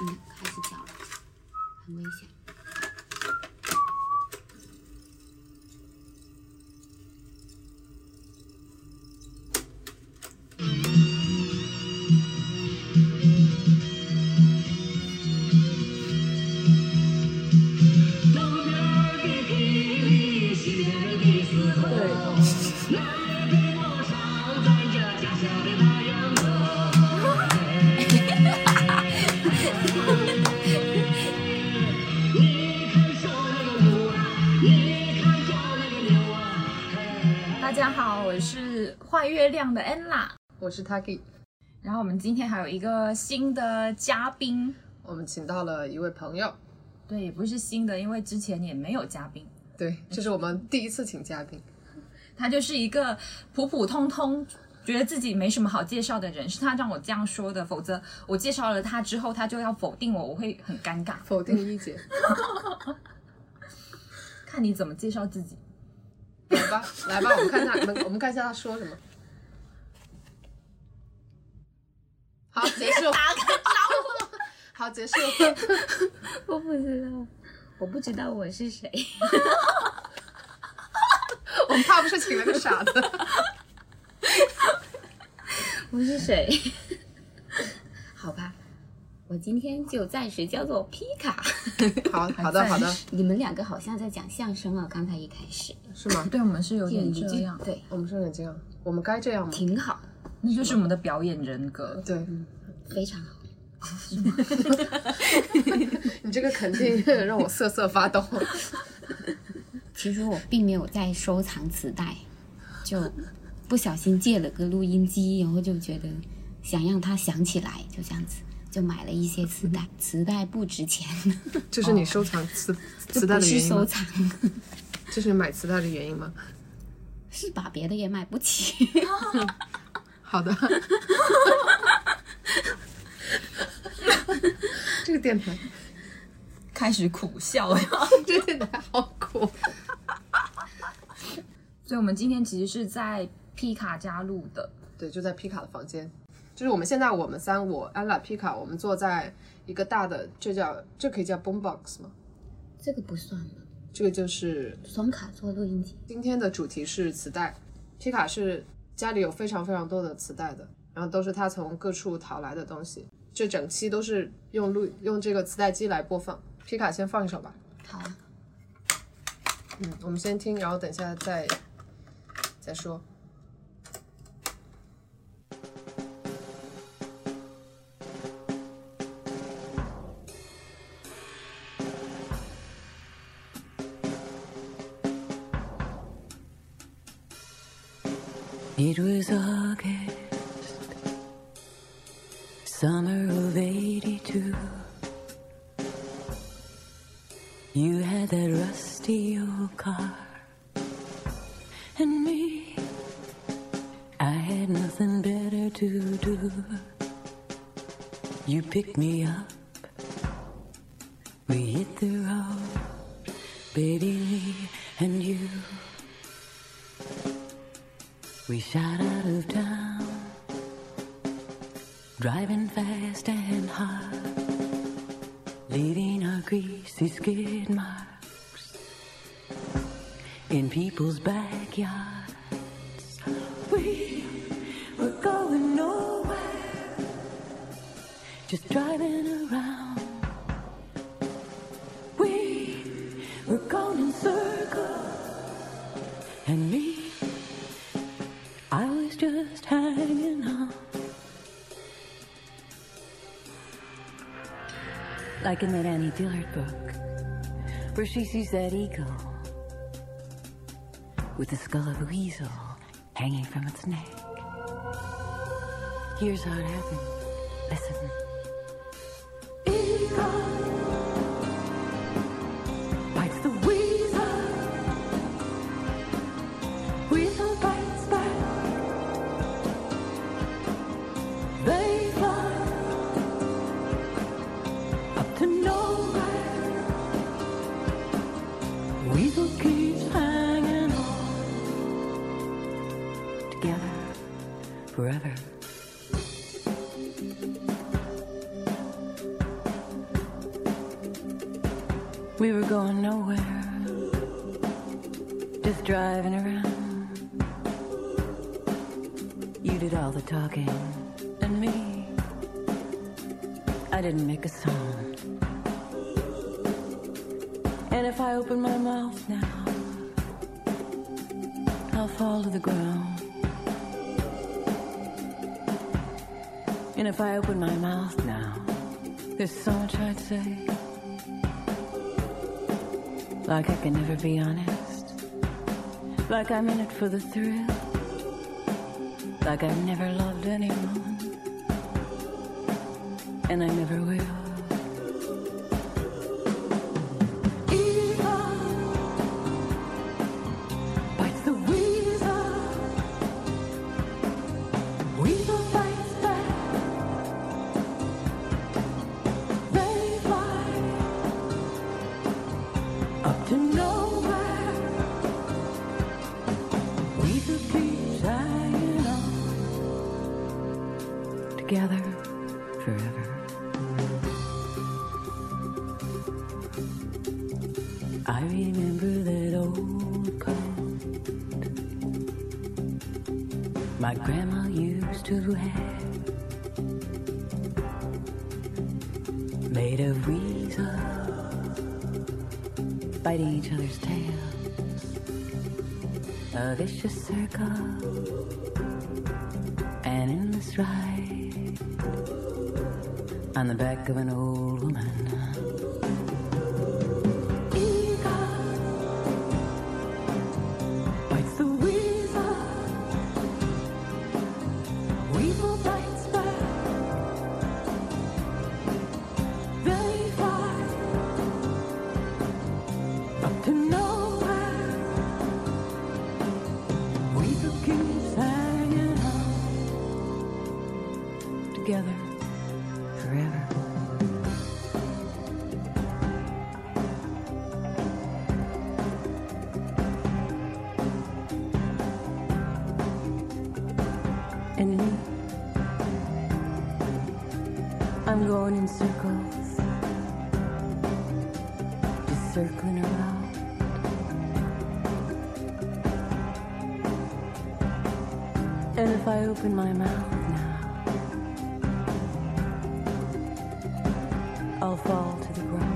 开始搅了，很危险。 大家好，我是坏月亮的 Anna， 我是 Taki。 然后我们今天还有一个新的嘉宾， 我们请到了一位朋友。 对，也不是新的，因为之前也没有嘉宾。 对，这是我们第一次请嘉宾。 他就是一个普普通通觉得自己没什么好介绍的人，是他让我这样说的，否则我介绍了他之后他就要否定我，我会很尴尬。 否定一姐。 看你怎么介绍自己。 来吧，来吧，我们看一下他说什么。好，结束。 打个招呼。 好，结束。 我不知道我是谁。 我们怕不是请了个傻子。 我是谁？好吧，我今天就暂时叫做皮卡。 好的。 你们两个好像在讲相声啊，刚才一开始是吗？ 对，我们是有点这样。 对， 我们是有点这样，我们该这样吗？ 挺好， 那就是我们的表演人格。 对， 非常好。 你这个肯定让我瑟瑟发抖。 其实我并没有在收藏磁带，就不小心借了个录音机，然后就觉得想让它响起来，就这样子就买了一些磁带。磁带不值钱， 这是你收藏磁带的原因吗？ 不是收藏， 这是你买磁带的原因吗？ 是吧？别的也买不起。 好的。这个电台开始苦笑。 这个电台好苦。 所以我们今天其实是在皮卡家录的。 对，就在皮卡的房间。就是我们三，我安娜皮卡，我们坐在一个大的，这可以叫 boombox 吗？ 这个不算吧， 这个就是双卡做录音机。 今天的主题是磁带。皮卡是家里有非常非常多的磁带的，然后都是他从各处淘来的东西。这整期都是用这个磁带机来播放。皮卡先放一首吧。 好啊。 我们先听，然后等一下再说。 It was August, summer of '82. You had that rusty old car, and me, I had nothing better to do. You picked me up, we hit the road, baby, me and you. We shot out of town, driving fast and hard, leaving our greasy skid marks in people's backyards. We were going nowhere, just driving around. We were going in circles, and me, I was just hanging on. Like in that Annie Dillard book, where she sees that eagle with the skull of a weasel hanging from its neck. Here's how it happened. Listen. Eagle bites the weasel. Weasel bites back. They fly up to nowhere. Weasel keeps hanging on together forever. We were going nowhere, just driving around. You did all the talking, and me, I didn't make a sound. And if I open my mouth now, I'll fall to the ground. And if I open my mouth now, there's so much I'd say. Like I can never be honest, like I'm in it for the thrill, like I've never loved anyone, and I never will. Eva bites the weasel, weasel bites back. They fly up to nowhere. Weasel keeps hanging on together forever. I remember that old coat my grandma used to have, made of weasels biting each other's tails, a vicious circle, an endless ride on the back of an old woman. Bites the weasel, weasel bites back. They fly up to nowhere. Weasel keeps hanging on together forever. And me, I'm going in circles, just circling around. And if I open my mouth now, I'll fall to the ground.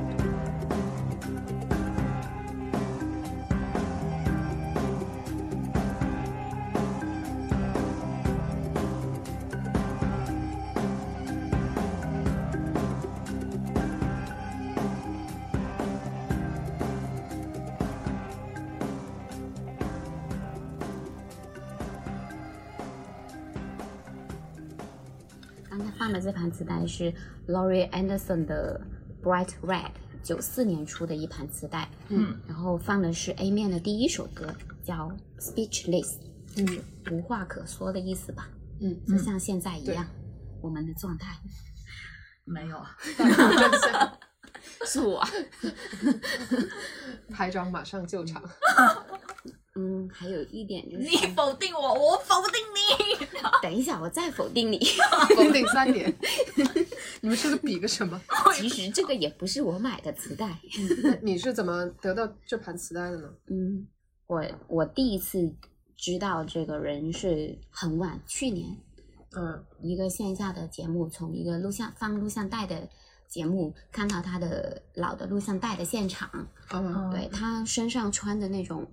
刚才放的这盘磁带是 Laurie Anderson 的 Bright Red， 94年出的一盘磁带。然后放的是 A 面的第一首歌，叫 Speechless， 无话可说的意思吧。就像现在一样，我们的状态。 没有啊， 是我。 排长马上救场。 还有一点就是， 你否定我，我否定你。 等一下，我再否定你。 否定3点。你们是个比个什么？ 其实这个也不是我买的磁带。 那你是怎么得到这盘磁带的呢？ 我第一次知道这个人是很晚，去年，一个线下的节目，从一个放录像带的节目看到他的老的录像带的现场。对，他身上穿的那种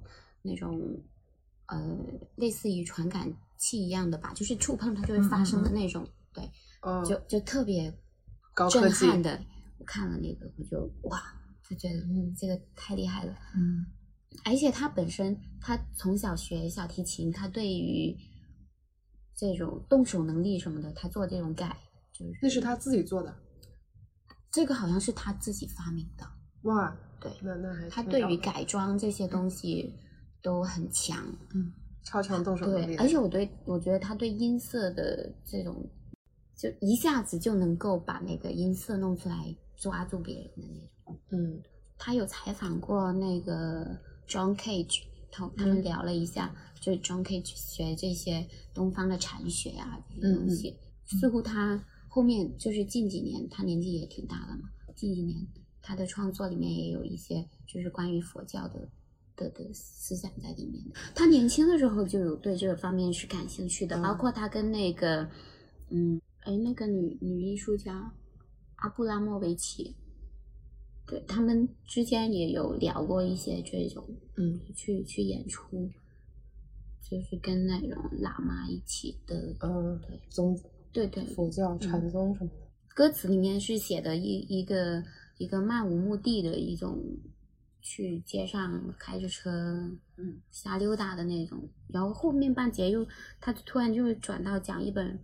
类似于传感器一样的吧，就是触碰它就会发生的那种。对，就特别高科技震撼的。我看了那个，我就就觉得这个太厉害了。而且他本身他从小学小提琴，他对于这种动手能力什么的，他做这种改，就是那是他自己做的。 这个好像是他自己发明的。 哇， 对， 那还他对于改装这些东西都很强。 超强动手能力。 对，而且我觉得他对音色的这种，就一下子就能够把那个音色弄出来，抓住别人的那种。他有采访过那个 John Cage， 他们聊了一下，就 John Cage 学这些东方的禅学啊这些东西，似乎他后面就是近几年，他年纪也挺大了嘛，近几年他的创作里面也有一些就是关于佛教的思想在里面的。他年轻的时候就有对这个方面是感兴趣的，包括他跟那个那个女艺术家阿布拉莫维奇，对，他们之间也有聊过一些这种去演出，就是跟那种喇嘛一起的对宗对佛教禅宗什么的。 歌词里面是写的一个漫无目的的一种去街上开着车瞎溜达的那种，然后后面半截他突然就会转到讲一本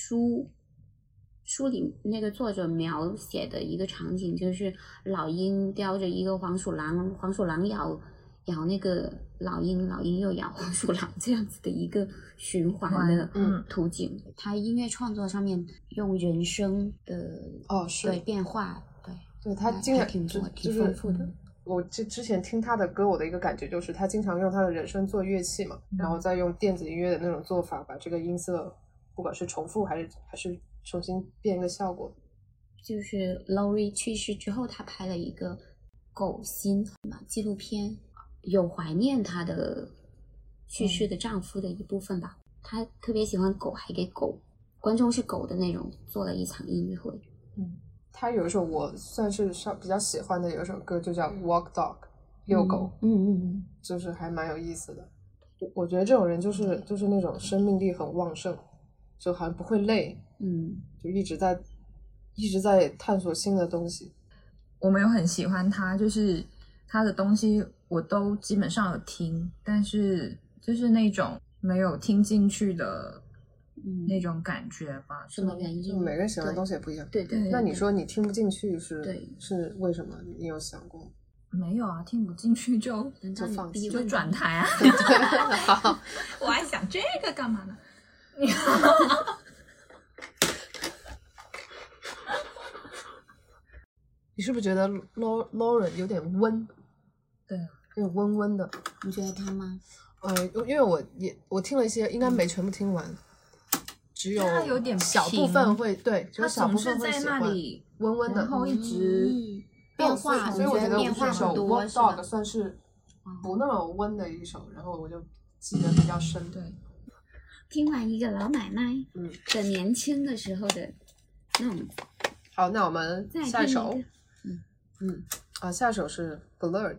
书里那个作者描写的一个场景，就是老鹰叼着一个黄鼠狼，黄鼠狼咬那个老鹰，老鹰又咬黄鼠狼，这样子的一个循环的途径。他音乐创作上面用人声的对变化， 对他经常挺丰富的。 我之前听他的歌，我的一个感觉就是他经常用他的人声做乐器嘛，然后再用电子音乐的那种做法，把这个音色不管是重复还是重新变一个效果。 就是 Laurie 去世之后，他拍了一个狗心纪录片，有怀念她的去世的丈夫的一部分吧。她特别喜欢狗，还给观众是狗的那种做了一场音乐会。 他有一首我算是比较喜欢的，有一首歌就叫 Walk Dog 遛狗，就是还蛮有意思的。我觉得这种人就是那种生命力很旺盛，就好像不会累，就一直在探索新的东西。 我没有很喜欢他，就是他的东西我都基本上有听，但是就是那种没有听进去的那种感觉吧。 什么原因？ 就每个人喜欢的东西也不一样。 对。 那你说你听不进去是为什么？你有想过吗？ 没有啊，听不进去就放弃， 就转台啊。 好， 我还想这个干嘛呢？ 你是不是觉得 Lauren 有点温？ 对啊， 有点温温的。 你觉得他吗？ 因为我听了一些，应该没全部听完，只有他有点小部分会对，只有小部分会在喜欢那里温温的， 然后一直变化， 所以我觉得变化这首很多 Walk Dog 算是不那么温的一首，然后我就记得比较深。 对， 听完一个老奶奶的年轻的时候的那种。 好，那我们下一首，下一首是 Blurred。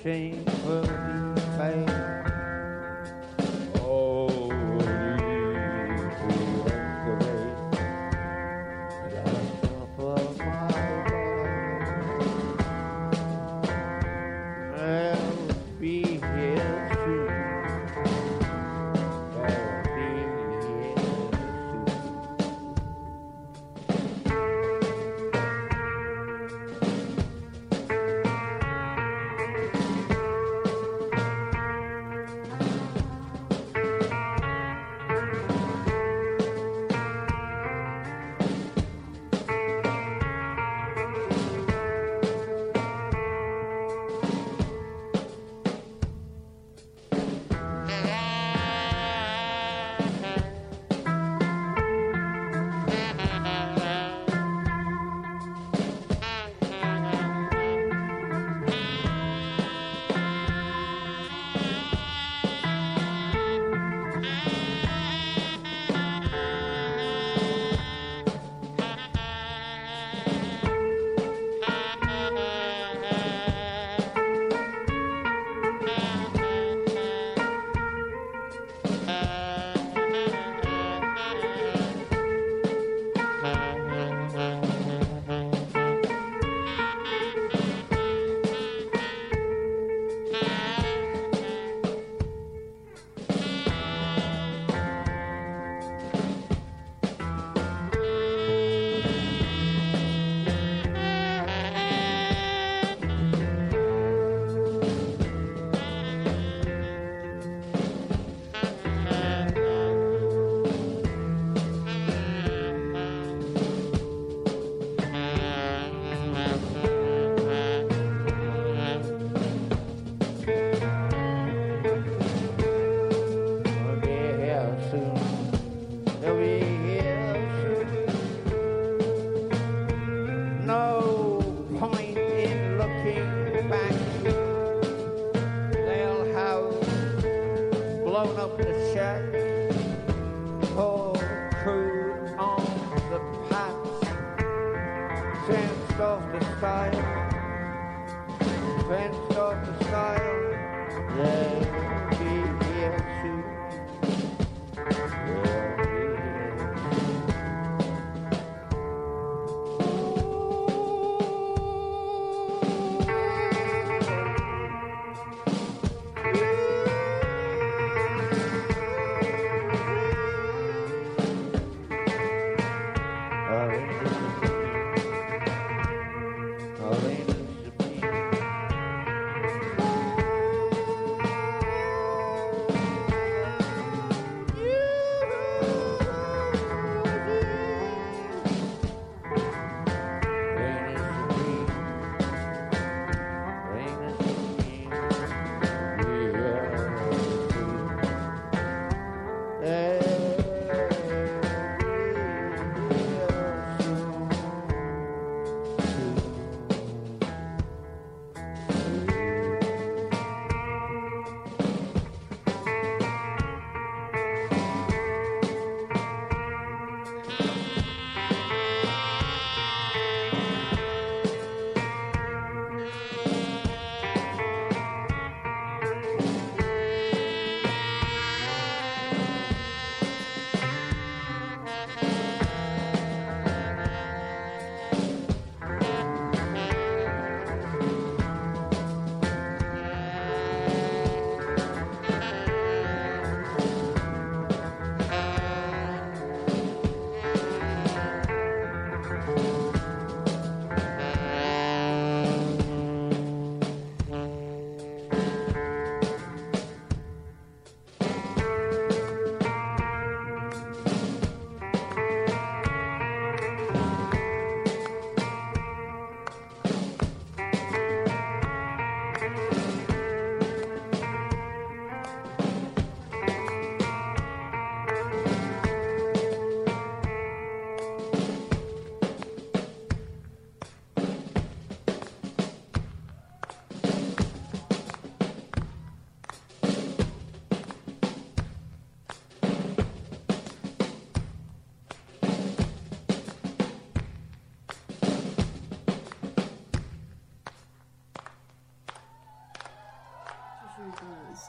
shamefully fail. Oh, leave me the way that I suffer my life. I'll be here soon. I'll be here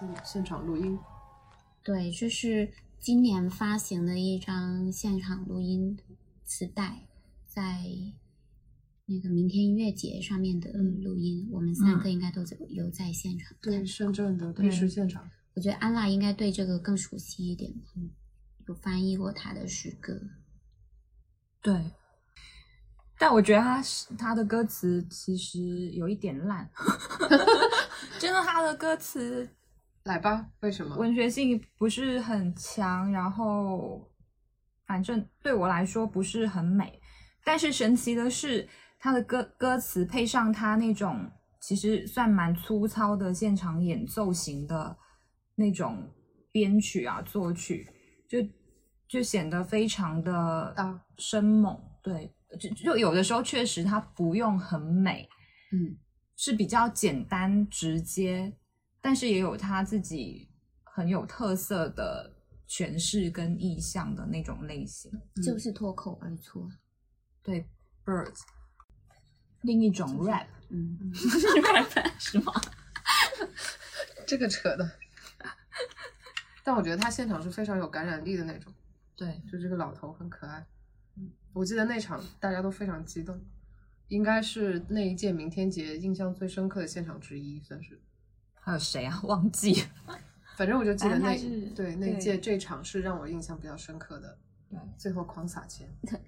现场录音。 对，这是今年发行的一张现场录音磁带，在那个明天音乐节上面的录音，我们3个应该都有在现场看。 对，深圳的第10现场。 我觉得安娜应该对这个更熟悉一点吧，有翻译过他的诗歌。 对，但我觉得他的歌词其实有一点烂，真的，他的歌词来吧，为什么？ 文学性不是很强，然后反正对我来说不是很美。但是神奇的是，他的歌词配上他那种其实算蛮粗糙的现场演奏型的那种编曲啊作曲，就显得非常的生猛。对，就有的时候确实它不用很美，是比较简单直接，但是也有他自己很有特色的诠释跟意象的那种类型， 就是脱口而出。 对 ，Birds， 另一种 rap，rap 是吗？ 这个扯的。但我觉得他现场是非常有感染力的那种。 对， 就这个老头很可爱。我记得那场大家都非常激动，应该是那一届明天节印象最深刻的现场之一，算是。 还有谁啊？忘记。 反正我就记得那一届对这场是让我印象比较深刻的。 对， 最后狂撒钱。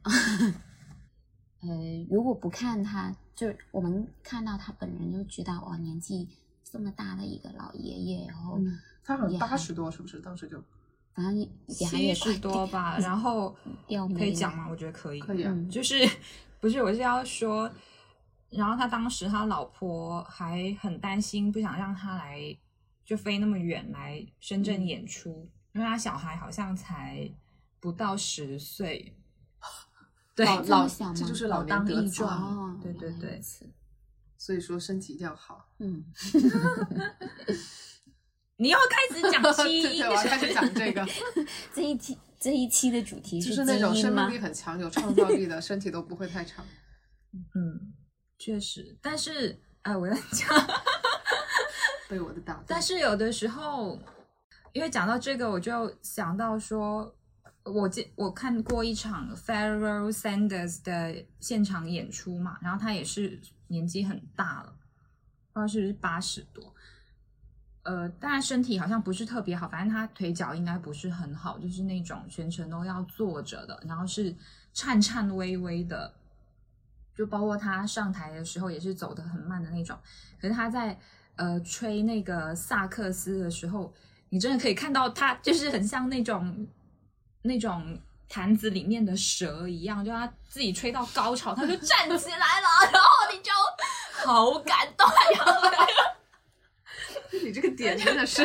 如果不看他，就是我们看到他本人就知道，哇，年纪这么大的一个老爷爷，然后他好像80多，是不是？当时就。 反正也 70多吧，然后可以讲吗？我觉得可以， 可以啊。 就是不是我是要说，然后他当时他老婆还很担心，不想让他来就飞那么远来深圳演出，因为他小孩好像才不到10岁，对， 这就是老年得子哦， 对对对， 所以说身体一定要好。 你要开始讲基因， 对，我要开始讲这个。 这一期的主题就是那种生命力很强、有创造力的，身体都不会太长。 确实，但是我在讲被我的打断。 但是有的时候，因为讲到这个，我就想到说，我看过一场 Pharoah Sanders 的现场演出嘛，然后他也是年纪很大了，不知道是80多。当然身体好像不是特别好，反正他腿脚应该不是很好，就是那种全程都要坐着的，然后是颤颤巍巍的，就包括他上台的时候也是走得很慢的那种。可是他在吹那个萨克斯的时候，你真的可以看到他就是很像那种坛子里面的蛇一样，就他自己吹到高潮，他就站起来了，然后你就好感动，然后你这个点真的是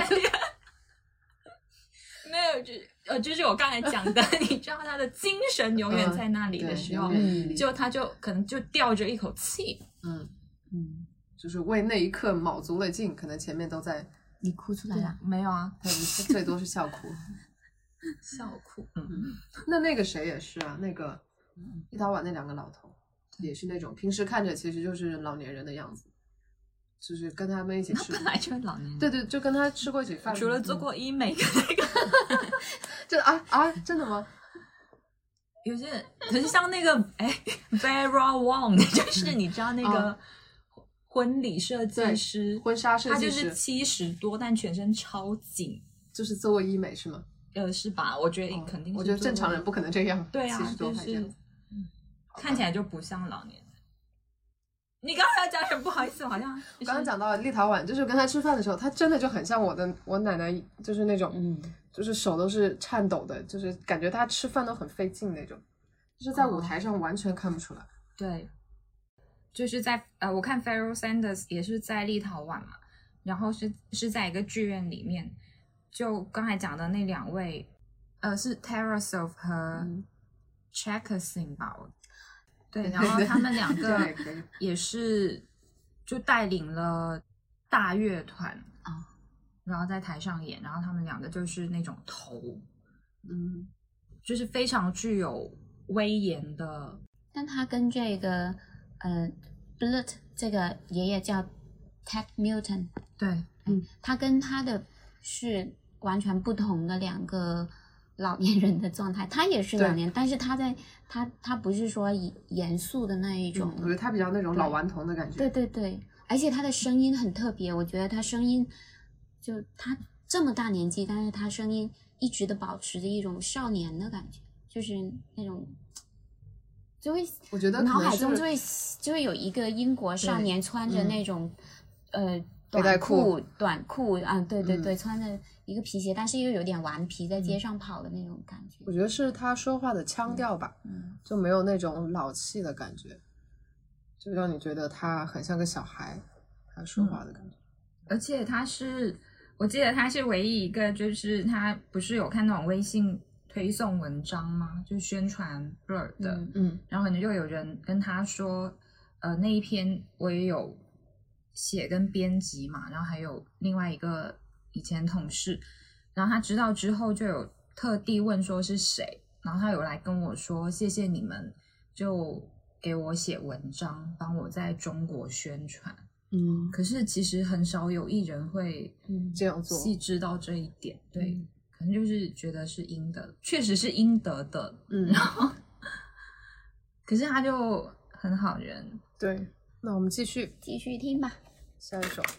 没有，就是我刚才讲的，你知道他的精神永远在那里的时候，就他就可能就吊着一口气， 就是为那一刻卯足了劲，可能前面都在。 你哭出来了？ 没有啊， 他最多是笑哭。 笑哭。 那个谁也是啊，那个立陶宛那2个老头也是那种平时看着其实就是老年人的样子。就是跟他们一起吃， 本来就是老年人。 对，就跟他吃过一起饭。 除了做过医美的那个， 这真的吗？ 有些很像那个Vera Wang， 就是你知道那个婚礼设计师、 婚纱设计师， 他就是70多，但全身超紧， 就是做过医美是吗？ 是吧？我觉得肯定是。 我觉得正常人不可能这样。 对啊， 70多还这样， 看起来就不像老年人。你刚才要讲什么？不好意思，我好像刚刚讲到立陶宛，就是跟他吃饭的时候，他真的就很像我奶奶，就是那种，就是手都是颤抖的，就是感觉他吃饭都很费劲那种，就是在舞台上完全看不出来。 对，就是在我看 Pharoah Sanders 也是在立陶宛嘛，然后是在一个剧院里面，就刚才讲的那2位，是 Tarasov 和 Cherkassin 吧。对，然后他们2个也是就带领了大乐团然后在台上演，然后他们2个就是那种头，就是非常具有威严的。 但他跟这个Bluth 这个爷爷叫 Ted Nugent， 对， 他跟他的是完全不同的两个老年人的状态。他也是老年，但是他不是说严肃的那一种， 我觉得他比较那种老顽童的感觉。 对对对，而且他的声音很特别，我觉得他声音就他这么大年纪，但是他声音一直都保持着一种少年的感觉，就是那种就会， 我觉得脑海中就会有一个英国少年穿着那种短裤啊，对对对，穿着一个皮鞋，但是又有点顽皮，在街上跑的那种感觉。 我觉得是他说话的腔调吧，就没有那种老气的感觉，就让你觉得他很像个小孩，他说话的感觉。 而且我记得他是唯一一个，就是他不是有看那种微信推送文章吗？就宣传 Blur 的，然后可能就有人跟他说，那一篇我也有写跟编辑嘛，然后还有另外一个以前同事，然后他知道之后就有特地问说是谁，然后他有来跟我说谢谢你们，就给我写文章，帮我在中国宣传。可是其实很少有艺人会这样做， 细知道这一点，对，可能就是觉得是应得，确实是应得的，然后可是他就很好人。 对，那我们继续听吧， 下一首。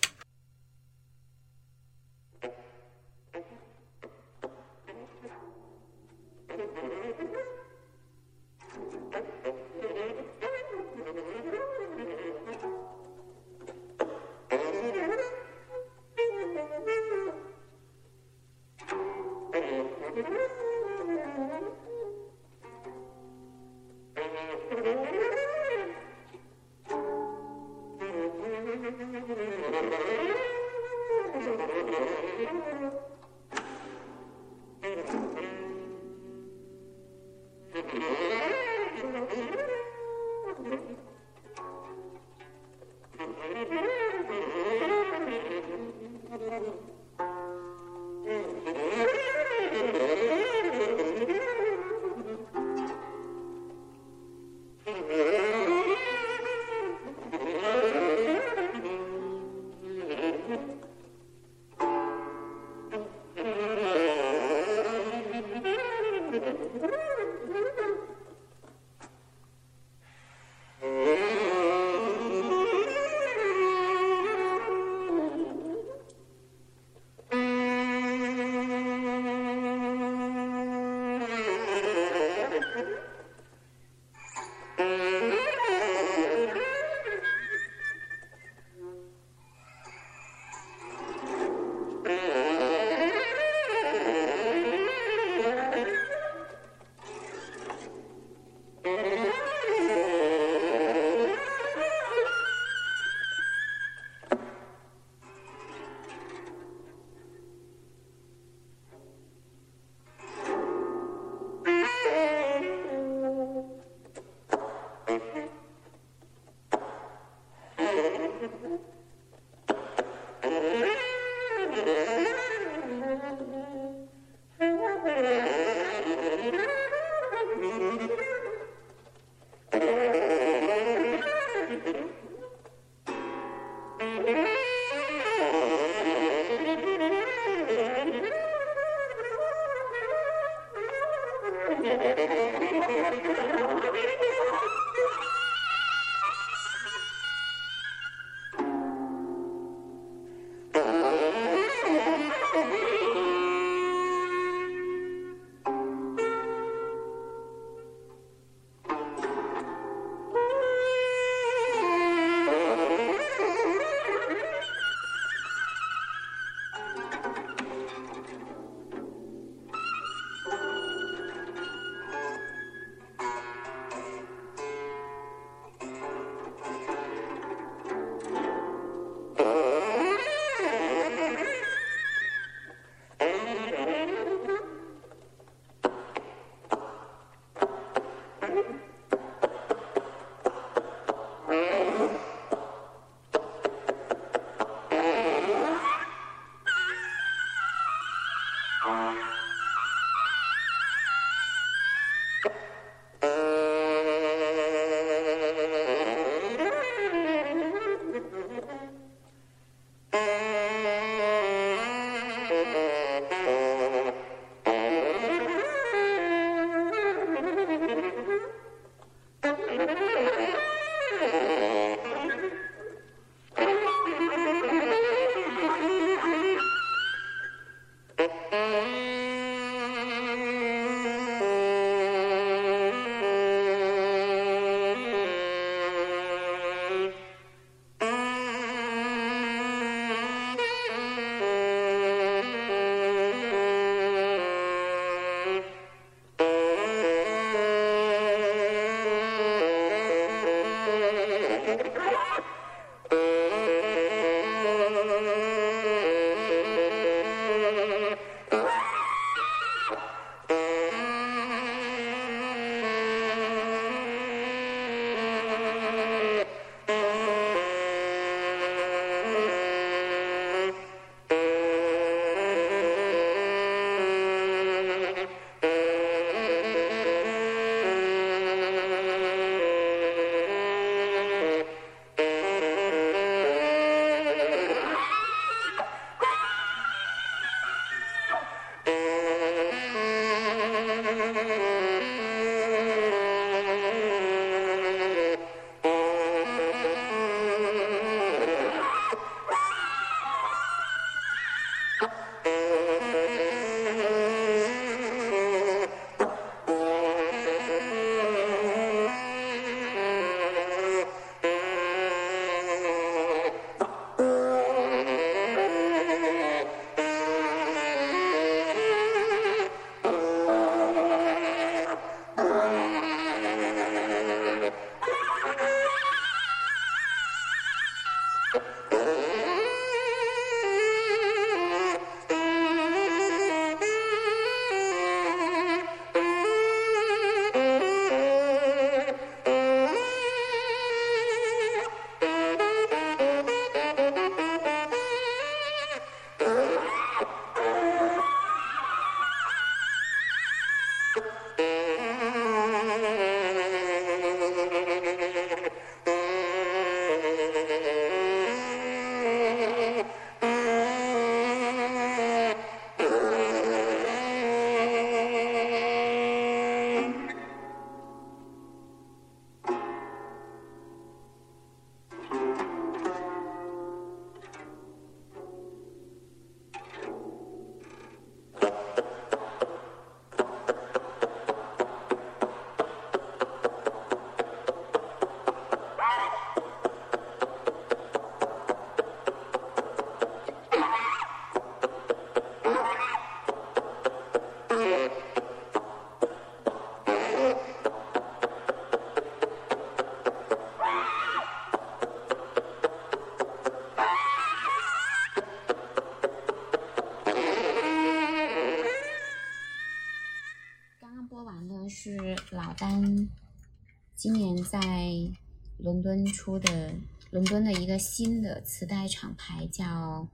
是老丹今年在伦敦出的伦敦的一个新的磁带厂牌叫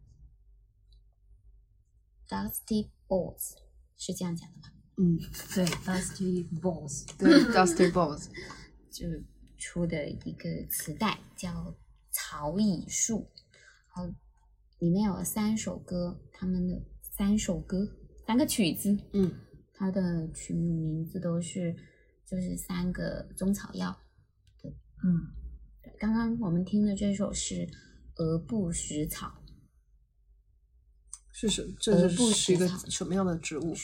Dusty Balls， 是这样讲的吧？ 对 ，Dusty Balls， 对，Dusty Balls 就出的一个磁带叫草蚁树，然后里面有3首歌，他们的3个曲子，它的曲目名字都是就是3个中草药的，对，刚刚我们听的这首是鹅不食草， 这是一个什么样的植物？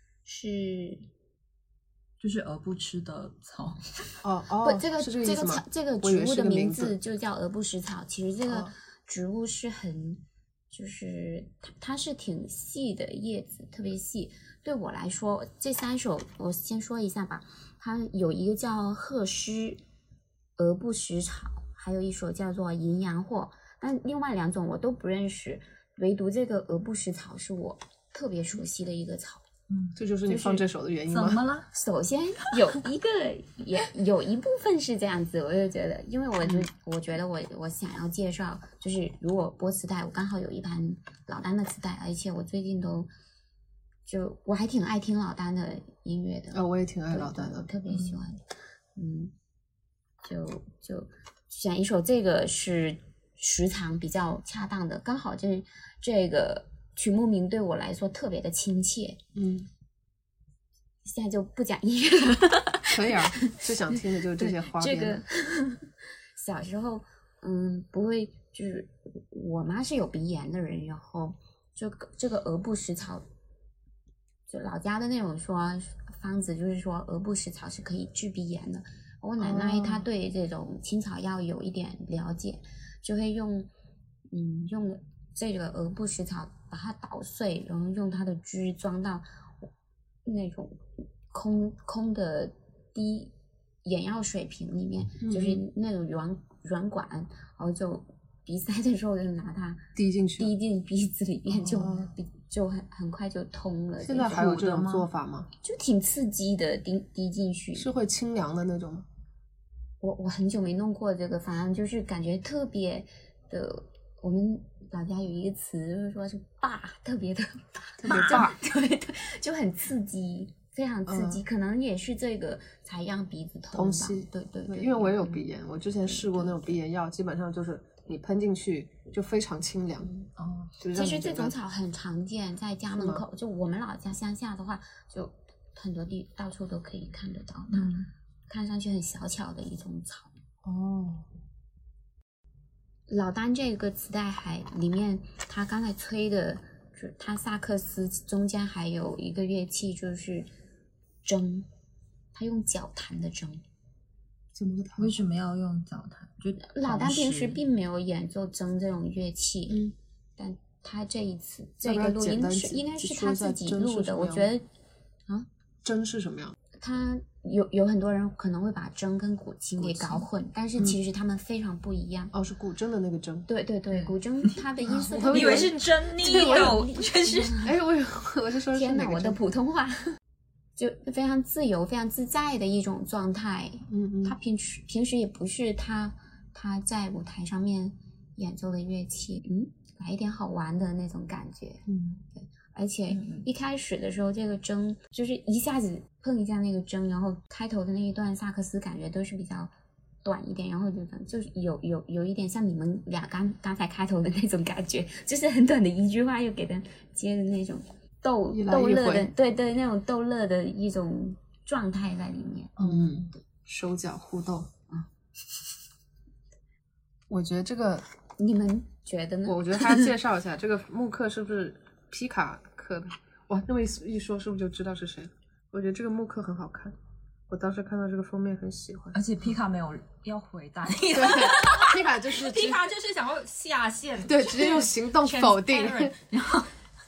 就是鹅不吃的草。 不，这个是这个意思吗？ 这个植物的名字就叫鹅不食草。其实这个植物是很，就是它是挺细的叶子，特别细。对我来说，这3首我先说一下吧。它有一个叫鹤狮鹅不食草，还有一首叫做淫羊藿。但另外2种我都不认识，唯独这个鹅不食草是我特别熟悉的一个草。 这就是你放这首的原因吗？ 怎么了？ 首先也有一部分是这样子，我就觉得，因为我觉得我想要介绍，就是如果播磁带，我刚好有一盘老丹的磁带，而且我最近我还挺爱听老丹的音乐的。 我也挺爱老丹的， 我特别喜欢。就选一首，这个是时长比较恰当的，刚好这个曲目名对我来说特别的亲切。现在就不讲音乐了， 可以啊，最想听的就是这些花边的。 这个小时候，不会，就是我妈是有鼻炎的人，然后这个鹅不食草，就老家的那种方子，就是说鹅不食草是可以治鼻炎的。我奶奶她对这种青草药有一点了解，就会用这个鹅不食草把它捣碎，然后用它的汁装到那种空的低眼药水瓶里面，就是那种软管，然后就鼻塞的时候就拿它滴进鼻子里面，就很快就通了。 现在还有这种做法吗？ 就挺刺激的，滴进去是会清凉的那种吗？ 我很久没弄过这个，反正就是感觉特别的，我们老家有一个词，就是说是特别的霸，对，就很刺激，非常刺激，可能也是这个才让鼻子通气。 对， 因为我也有鼻炎，我之前试过那种鼻炎药，基本上就是你喷进去就非常清凉。 其实这种草很常见，在家门口，就我们老家乡下的话，就很多到处都可以看得到它。看上去很小巧的一种草。老丹这个磁带里面，他刚才吹的，就是他萨克斯中间还有一个乐器就是筝，他用脚弹的筝。 怎么个弹？ 为什么要用脚弹？就老丹平时并没有演奏筝这种乐器，但他这一次这个录音应该是他自己录的，我觉得筝是什么样？ 他有很多人可能会把筝跟古琴给搞混，但是其实他们非常不一样。 是古筝的那个筝。 对，古筝它的音色我以为是针needle，真是。 我是说天哪，我的普通话就非常自由、非常自在的一种状态。他平时也不是他在舞台上面演奏的乐器，来一点好玩的那种感觉。对。而且一开始的时候，这个筝就是一下子碰一下那个筝，然后开头的那一段萨克斯感觉都是比较短一点，然后就是有一点像你们俩刚才开头的那种感觉，就是很短的一句话又给他接的那种逗乐的，对那种逗乐的一种状态在里面。 手脚互动。我觉得这个， 你们觉得呢？ 我觉得还要介绍一下这个木刻是不是皮卡刻的？哇，那么一说是不是就知道是谁了？我觉得这个木刻很好看，我当时看到这个封面很喜欢。 而且皮卡没有要回答你， 对，皮卡就是想要下线， 对，直接用行动否定。 然后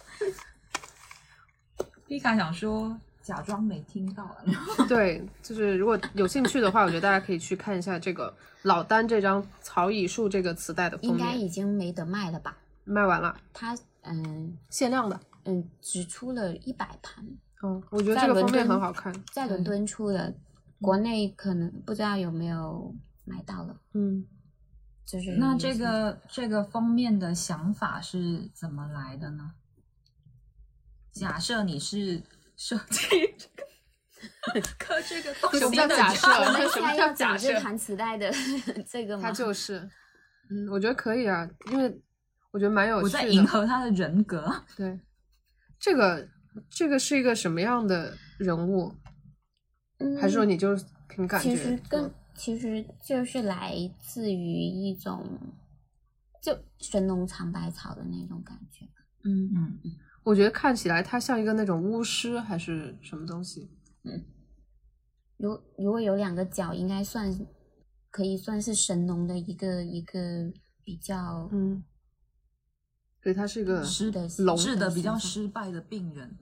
皮卡想说假装没听到。 对，就是如果有兴趣的话，我觉得大家可以去看一下这个老丹这张草蚁树这个磁带的封面。 应该已经没得卖了吧？ 卖完了。 它限量的。 只出了100盘。 我觉得这个封面很好看。 在伦敦出的，国内可能不知道有没有买到了。就是那这个封面的想法是怎么来的呢？假设你是设计刻这个东西的， 什么叫假设？ 我们什么现在要叫假设？ 讲这盘磁带的这个吗？ 它就是，我觉得可以啊，因为我觉得蛮有趣的。 我在迎合他的人格。 对，这个是一个什么样的人物？还是说你就是凭感觉？ 其实就是来自于一种就神农尝百草的那种感觉。 我觉得看起来它像一个那种巫师还是什么东西。 如果有2个角，应该可以算是神农的一个比较所以他是一个治的比较失败的病人。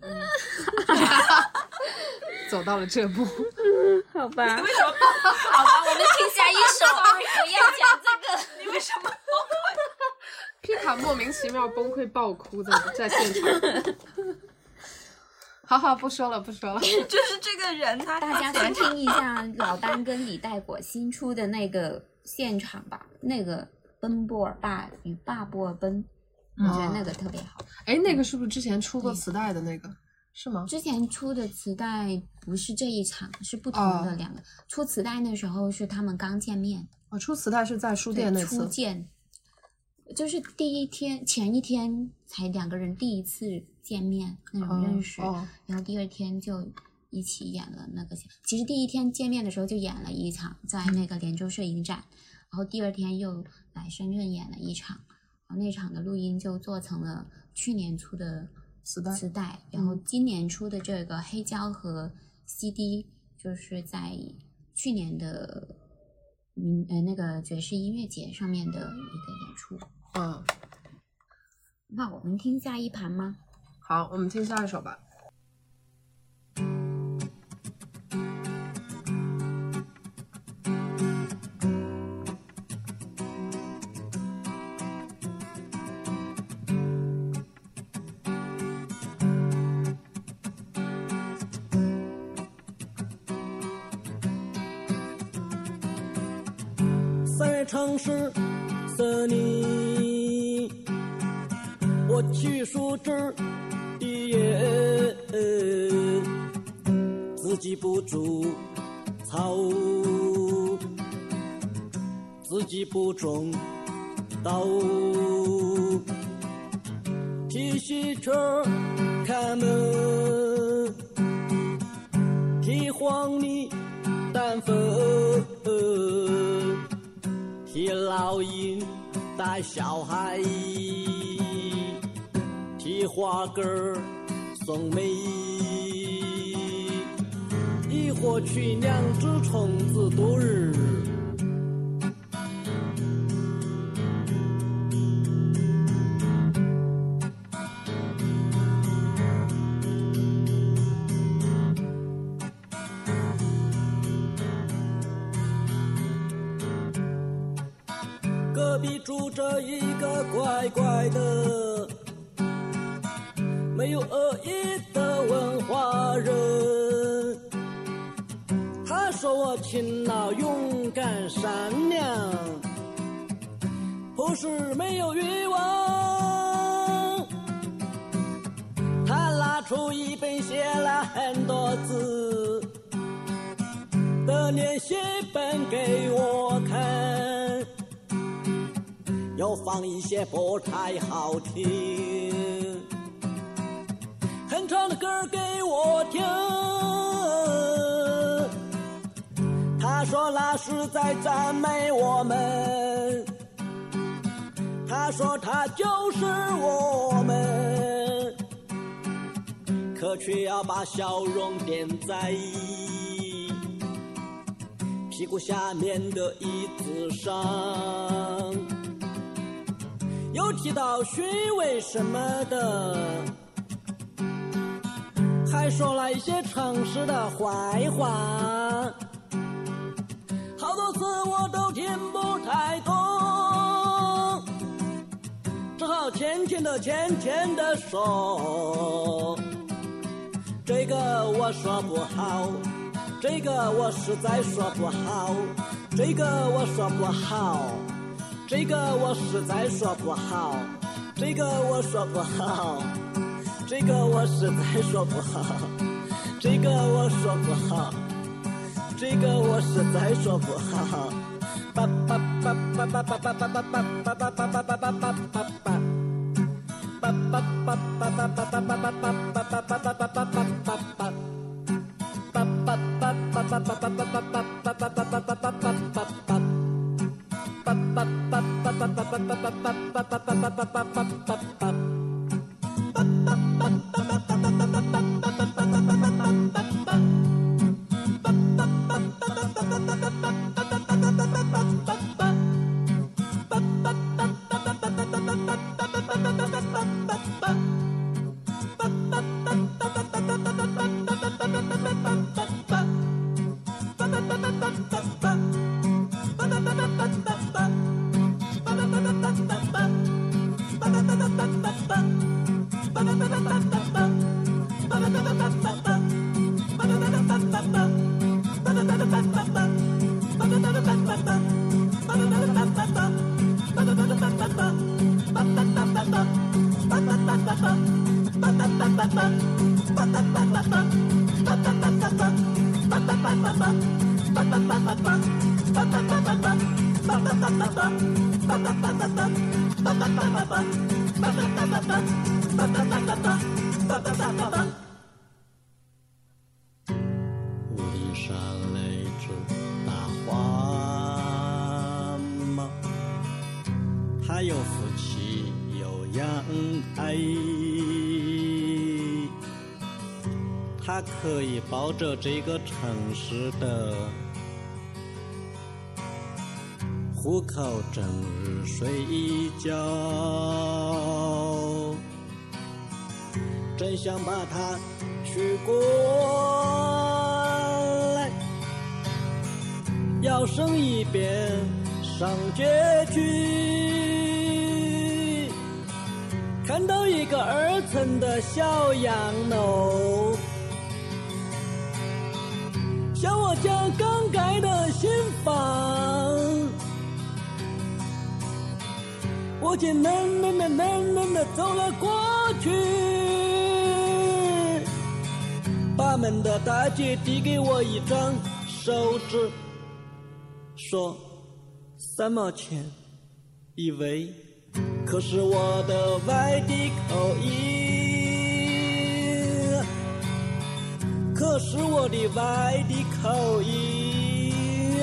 走到了这步。 好吧， 为什么？ 好吧，我们听下一首，不要讲这个。 你为什么崩溃？ 皮卡莫名其妙崩溃爆哭在现场。好，不说了。 就是这个人， 大家去听一下老丹跟李代果新出的那个现场吧，那个奔波尔爸与巴波尔奔，我觉得那个特别好。 那个是不是之前出过磁带的那个？是吗？ 之前出的磁带不是这一场，是不同的2个。出磁带那时候是他们刚见面。 出磁带是在书店那次。 初见，就是前一天才2个人第一次见面那种认识，然后第2天就一起演了那个。其实第一天见面的时候就演了一场，在那个连州摄影展，然后第二天又来深圳演了一场，然后那场的录音就做成了去年出的磁带，然后今年出的这个黑胶和 CD 就是在去年的那个爵士音乐节上面的一个演出。那我们听下一盘吗？ 好，我们听下一首吧。 3月城市森林，我去树枝的叶，自己不筑草，自己不种稻，提西车开门，提黄泥担粉，提老鹰带小孩，提花根儿送梅，亦或去两只虫子度日。隔壁住着一个怪怪的没有恶意的文化人，他说我勤劳勇敢善良，不是没有欲望。他拿出一本写了很多字的练习本给我看，又放一些不太好听很长的歌给我听，他说那是在赞美我们，他说他就是我们，可却要把笑容点在屁股下面的椅子上，又提到虚伪什么的，还说了一些城市的坏话，好多次我都听不太懂，只好浅浅的说，这个我说不好，这个我实在说不好，这个我说不好，这个我实在说不好，这个我说不好，这个我实在说不好，这个我说不好，这个我实在说不好。叭叭叭叭叭叭叭叭叭叭叭叭叭叭叭叭叭叭叭。叭叭叭叭叭叭叭叭叭叭叭叭叭叭叭叭叭。 他有福气有阳台，他可以抱着这个城市的户口整日睡一觉，真想把它娶过来，摇身一变上街去，看到一个2层的小洋楼，像我家刚盖的新房，我竟冷冷的走了过去，把门的大姐递给我一张手纸，说3毛钱一位，可是我的外地口音，可是我的外地口音，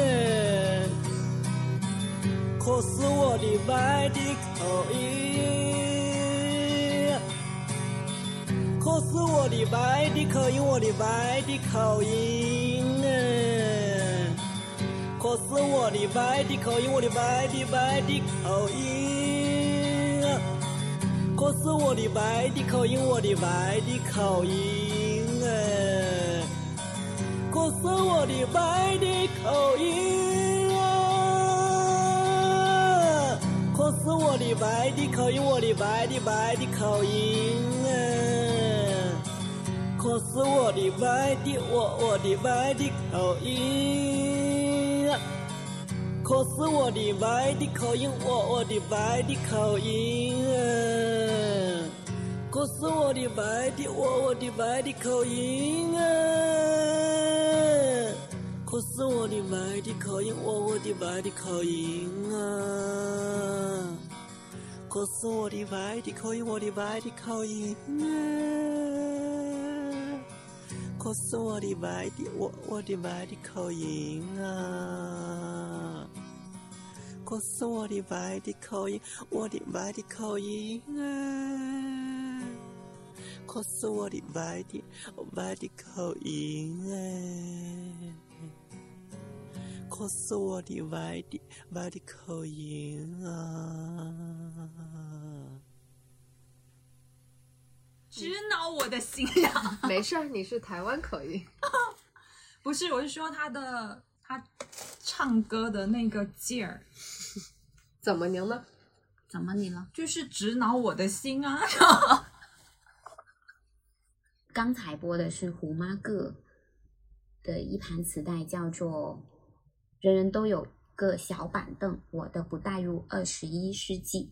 可是我的外地口音，可是我的外地口音，我的外地口音，可是我的外地口音，我的外地口音，可是我的外地口音，我的外地口音，可是我的外地口音啊，可是我的外地口音，我的外地口音，可是我的外地我的外地口音，可是我的外地口音，我的外地口音，可是我的外地我的外地口音，可是我的外地口音，我的外地口音啊，可是我的外地口音，我的外地口音啊，可是我的外地我的外地口音啊，可是我的外地口音，我的外地口音啊，可是我的外地口音啊，可是我的外地口音啊。 直挠我的心呀！ 没事儿，你是台湾口音。 不是，我是说他唱歌的那个劲儿， 怎么您呢？ 怎么你了？ 就是直挠我的心啊！ 刚才播的是胡妈个的一盘磁带，叫做《人人都有个小板凳，我的不带入21世纪》。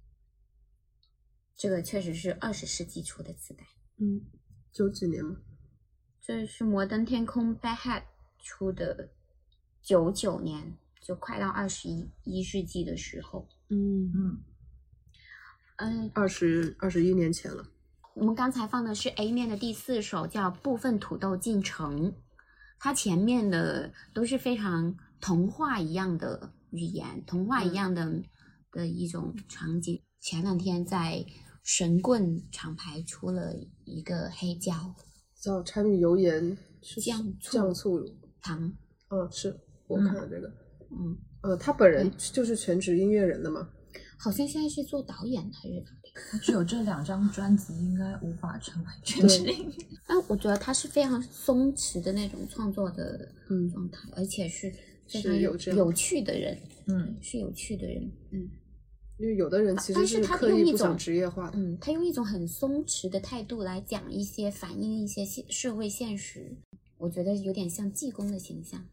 这个确实是20世纪初的磁带。 90几年吗？ 这是摩登天空 Bad Hat 出的，99年，就快到21世纪的时候。21 年前了。 我们刚才放的是 A 面的第4首，叫《部分土豆进城》，它前面的都是非常童话一样的语言，童话一样的一种场景。前2天在神棍厂牌出了一个黑胶， 叫柴米油盐酱醋糖。 是我看了这个。他本人就是全职音乐人的嘛？ 好像现在是做导演还是哪里？ 他只有这2张专辑，应该无法成为全职音乐。 我觉得他是非常松弛的那种创作的状态，而且是非常有趣的人。是有趣的人。 因为有的人其实是刻意不想职业化的。 他用一种很松弛的态度来讲一些反映一些社会现实，我觉得有点像济公的形象。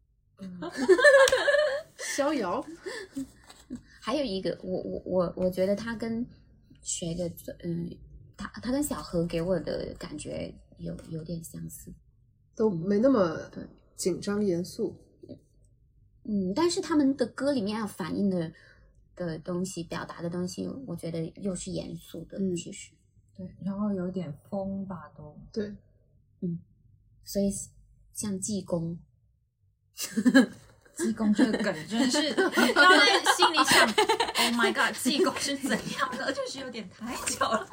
逍遥。 还有一个，我觉得他跟谁的，他跟小何给我的感觉有点相似， 都没那么紧张严肃。 但是他们的歌里面要反映的东西，表达的东西，我觉得又是严肃的。其实对，然后有点疯吧都。 对。 所以像济公。 济公这个梗真是要在心里想 ，Oh my god， 济公是怎样的？就是有点太久了，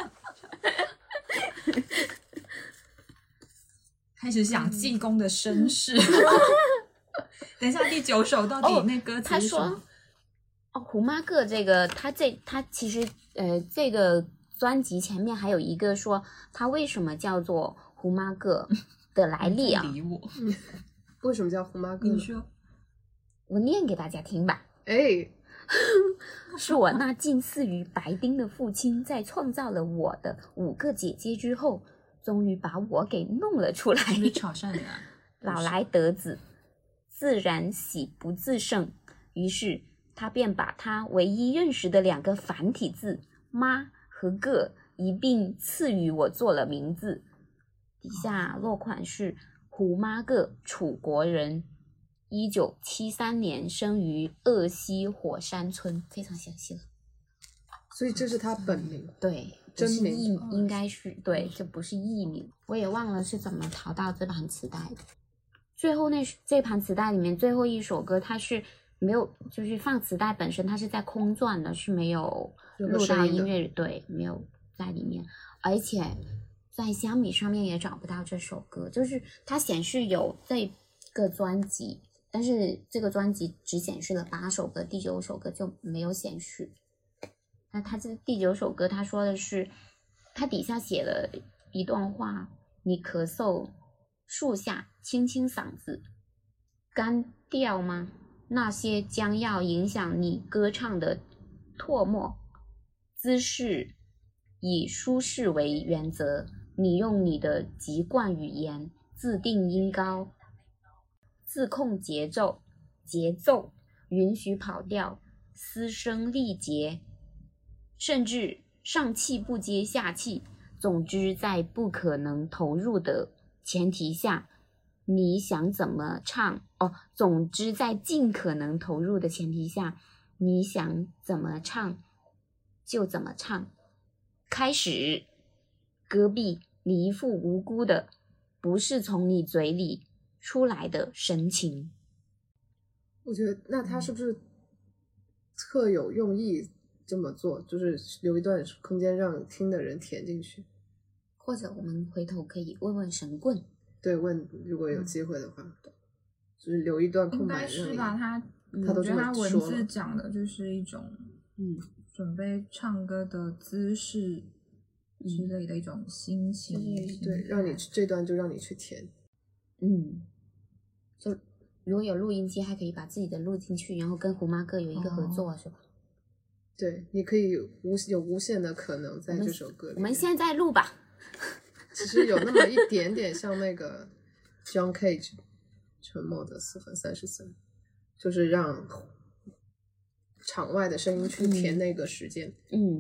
开始想济公的身世。等一下，第9首到底那歌词他说是什么？ 胡妈个这个，他其实这个专辑前面还有一个说他为什么叫做胡妈个的来历啊？ 理我， 为什么叫胡妈哥呢？ 你说。 我念给大家听吧。 哎， 是我那近似于白丁的父亲，在创造了我的5个姐姐之后，终于把我给弄了出来。 是不是潮汕人啊？ 老来得子，自然喜不自胜，于是他便把他唯一认识的2个繁体字妈和个一并赐予我做了名字。底下落款是胡妈个，楚国人，1973年生于鄂西火山村，非常详细了。 所以这是他本名。 对， 真名不是艺应该是对，这不是艺名。我也忘了是怎么淘到这盘磁带的。最后这盘磁带里面最后一首歌，它是没有，就是放磁带本身它是在空转的，是没有录到音乐，对，没有在里面，而且在虾米上面也找不到这首歌，就是它显示有这个专辑，但是这个专辑只显示了8首歌，第9首歌就没有显示。那他这第9首歌，他说的是，他底下写了一段话：你咳嗽，树下清清嗓子，干掉吗？那些将要影响你歌唱的唾沫，姿势以舒适为原则，你用你的籍贯语言自定音高，自控节奏，允许跑调，嘶声力竭，甚至上气不接下气。总之，在不可能投入的前提下，你想怎么唱？总之在尽可能投入的前提下，你想怎么唱就怎么唱。开始，隔壁你一副无辜的，不是从你嘴里出来的神情。 我觉得那他是不是特有用意这么做，就是留一段空间让听的人填进去？ 或者我们回头可以问问神棍， 对，问如果有机会的话，就是留一段空应白， 该是吧？ 他都这么我觉得他文说了。 字讲的就是一种准备唱歌的姿势之类的一种心情， 对，让你这段就让你去填。 就如果有录音机，还可以把自己的录进去，然后跟胡妈哥有一个合作，是吧？ 对，你可以有无限的可能在这首歌里面。 我们现在录吧。 其实有那么一点点像那个 John Cage 沉默的4分33，就是让场外的声音去填那个时间。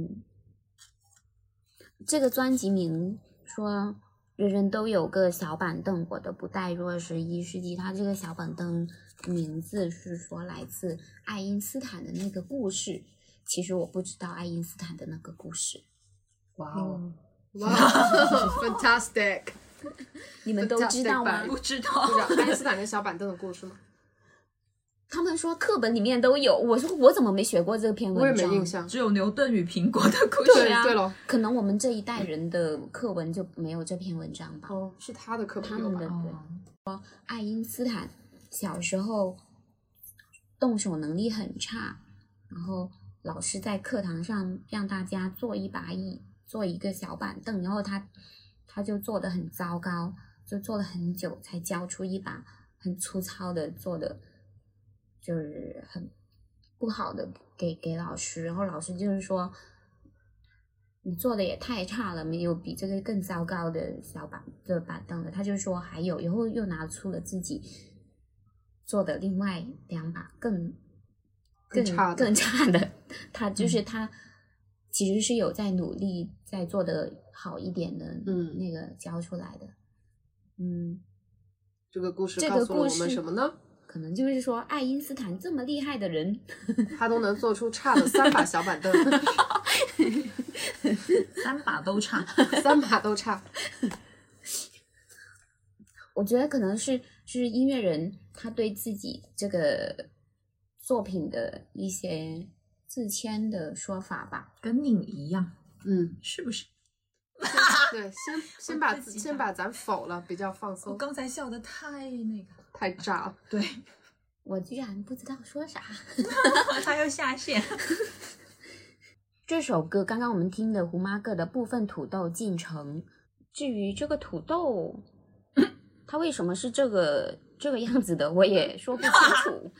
这个专辑名说人人都有个小板凳，我的不带入21世纪。他这个小板凳名字是说来自爱因斯坦的那个故事，其实我不知道爱因斯坦的那个故事。 哇哦，Fantastic！ 你们都知道吗？ 不知道。 不知道爱因斯坦跟小板凳的故事吗？ 他们说课本里面都有，我说我怎么没学过这篇文章？ 我也没印象。 只有牛顿与苹果的故事。 对啊， 对咯， 可能我们这一代人的课文就没有这篇文章吧。 是他的课本他有吧？ 们的对。爱因斯坦小时候动手能力很差，然后老师在课堂上让大家做一把椅，做一个小板凳，然后他就做得很糟糕，就做了很久才教出一把很粗糙的做的，就是很不好的给老师，然后老师就是说你做的也太差了，没有比这个更糟糕的板凳了。他就说还有，然后又拿出了自己做的另外2把更差的，他就是他其实是有在努力在做的好一点的，那个教出来的。 这个故事告诉了我们什么呢？ 可能就是说爱因斯坦这么厉害的人， 他都能做出差的3把小板凳 3把都差 ，3把都差。 我觉得可能是是音乐人他对自己这个作品的一些自谦的说法吧。 跟你一样，是不是？ 对，先把咱否了，比较放我松。 刚才笑得太那个， 太炸了。 对， 我居然不知道说啥。 他又下线。 这首歌刚刚我们听的胡马哥的部分土豆进城，至于这个土豆它为什么是这个样子的，我也说不清楚。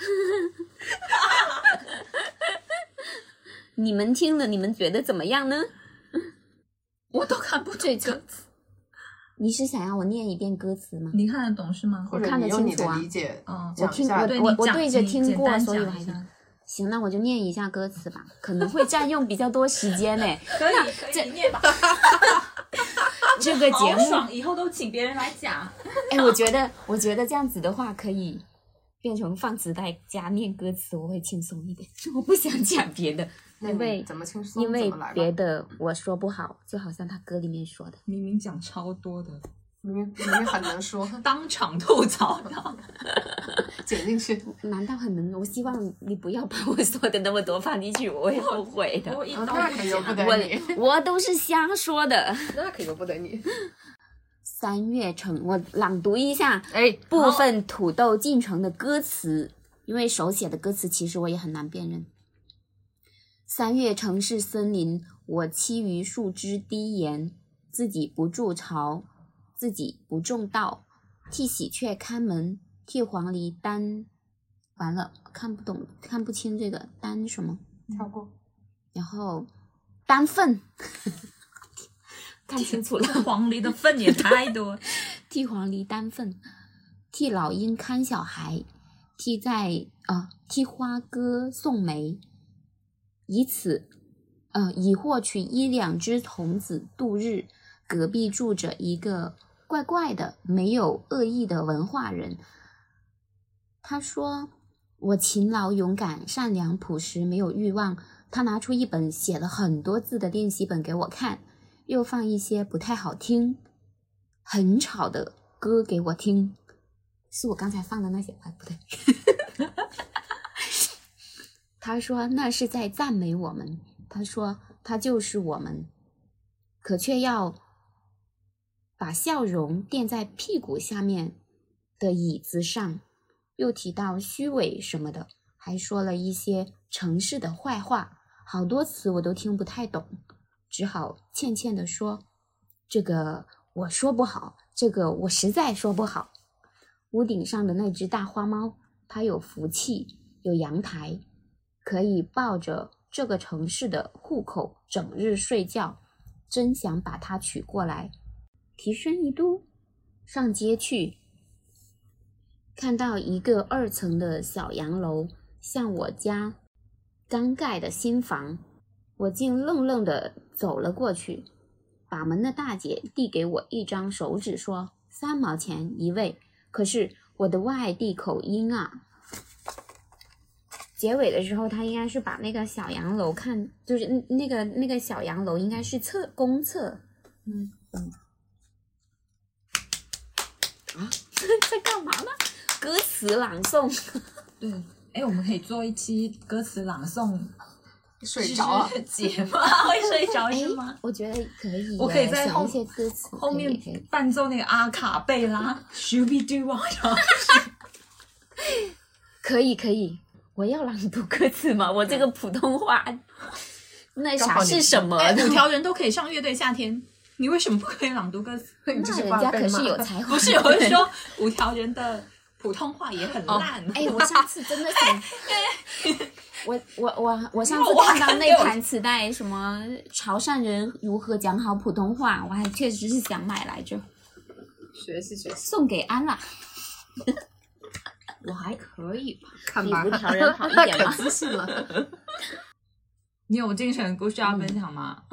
你们听了，你们觉得怎么样呢？ 我都看不懂歌词。 你是想要我念一遍歌词吗？ 你看得懂是吗？ 或者看得你用你的清楚啊理解嗯我听讲一下。 我对着你听过， 简单所以我还讲一下行，那我就念一下歌词吧，可能会占用比较多时间呢。 可以你念吧。 这个节目， 好爽，以后都请别人来讲。 哎，我觉得这样子的话可以变成放磁带加念歌词，我会轻松一点。我不想讲别的， 那因为你怎么轻松因为怎么来吧别的我说不好，就好像他歌里面说的。 明明讲超多的， 明明很能说， 当场吐槽到。 剪进去。 难道很能？我希望你不要把我说的那么多放进去，我会后悔的。 我一刀那可由不得你， 我都是瞎说的。 那可由不得你。 三月城，我朗读一下哎， 部分土豆进城的歌词，因为手写的歌词其实我也很难辨认。三月城市森林，我栖于树枝低檐，自己不筑巢，自己不种稻，替喜鹊看门，替黄鹂担。完了，看不懂，看不清这个担什么， 跳过。 然后担粪。看清楚了， 黄鹂的粪也太多。 替黄鹂担粪，替老鹰看小孩，替花哥送梅，以获取1-2只童子度日。隔壁住着一个怪怪的、没有恶意的文化人。他说：“我勤劳、勇敢、善良、朴实，没有欲望。”他拿出一本写了很多字的练习本给我看。又放一些不太好听、很吵的歌给我听，是我刚才放的那些，不对。他说那是在赞美我们，他说他就是我们，可却要把笑容垫在屁股下面的椅子上，又提到虚伪什么的，还说了一些城市的坏话，好多词我都听不太懂。只好欠欠地说，这个我说不好，这个我实在说不好。屋顶上的那只大花猫，它有福气，有阳台，可以抱着这个城市的户口整日睡觉，真想把它娶过来，提升1度，上街去。看到一个2层的小洋楼，像我家刚盖的新房，我竟愣愣地走了过去，把门的大姐递给我一张手纸，说3毛钱一位。可是我的外地口音啊，结尾的时候他应该是把那个小洋楼看，就是那个小洋楼应该是公厕。在干嘛呢？歌词朗诵。 对，哎，我们可以做一期歌词朗诵睡着了节吗？会睡着是吗？ 我觉得可以耶， 我可以在想一些歌词后面可以伴奏那个阿卡贝拉，Shooby Doo 啊， 可以，我要朗读歌词吗？我这个普通话那啥是什么？ 5条人都可以上乐队夏天，你为什么不可以朗读歌词？ 你这那是怕被人家可是骂有才华。 不是有人说5条人的普通话也很烂？ 哎，我上次真的想，我上次看到那盘磁带，什么潮汕人如何讲好普通话，我还确实是想买来着， 学习， 送给安啦。 我还可以吧， 看吧， 比5条人好一点吗可自信了。 你有精神故事要分享吗？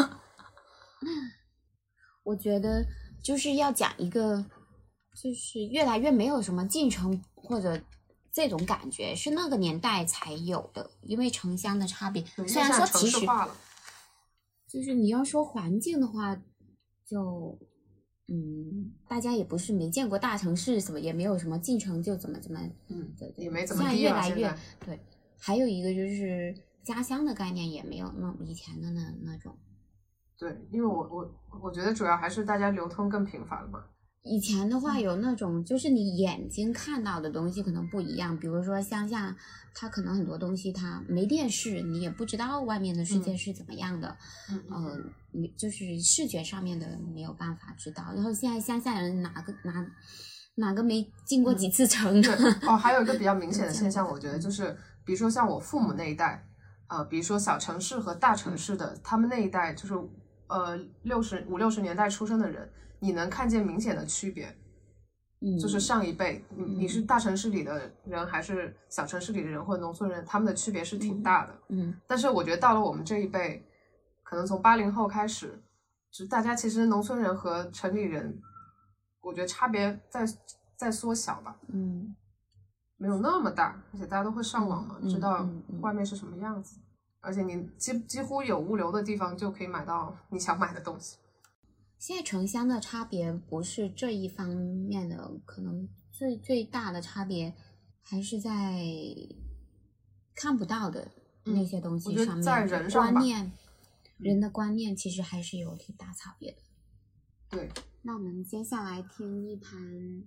我觉得就是要讲一个，就是越来越没有什么进城或者这种感觉，是那个年代才有的，因为城乡的差别。虽然说其实城市化了， 就是你要说环境的话，就大家也不是没见过大城市，什么也没有什么进城就怎么，对， 也没怎么现在低了。 越来越现在对。还有一个就是家乡的概念也没有那以前的那种。 对，因为我觉得主要还是大家流通更频繁了嘛。 以前的话有那种就是你眼睛看到的东西可能不一样，比如说乡下它可能很多东西它没电视，你也不知道外面的世界是怎么样的，你就是视觉上面的没有办法知道。然后现在乡下人哪个没进过几次城呢？ 还有一个比较明显的现象，我觉得就是比如说像我父母那一代，比如说小城市和大城市的，他们那一代就是50-60年代出生的人，你能看见明显的区别。就是上一辈，你是大城市里的人还是小城市里的人或者农村人，他们的区别是挺大的。但是我觉得到了我们这一辈，可能从80后开始，就大家其实农村人和城里人，我觉得差别在缩小吧。没有那么大，而且大家都会上网嘛，知道外面是什么样子，而且你几乎有物流的地方就可以买到你想买的东西。 现在城乡的差别不是这一方面的，可能最大的差别还是在看不到的那些东西上面， 在人上吧， 人的观念其实还是有挺大差别的。 对， 那我们接下来听一盘。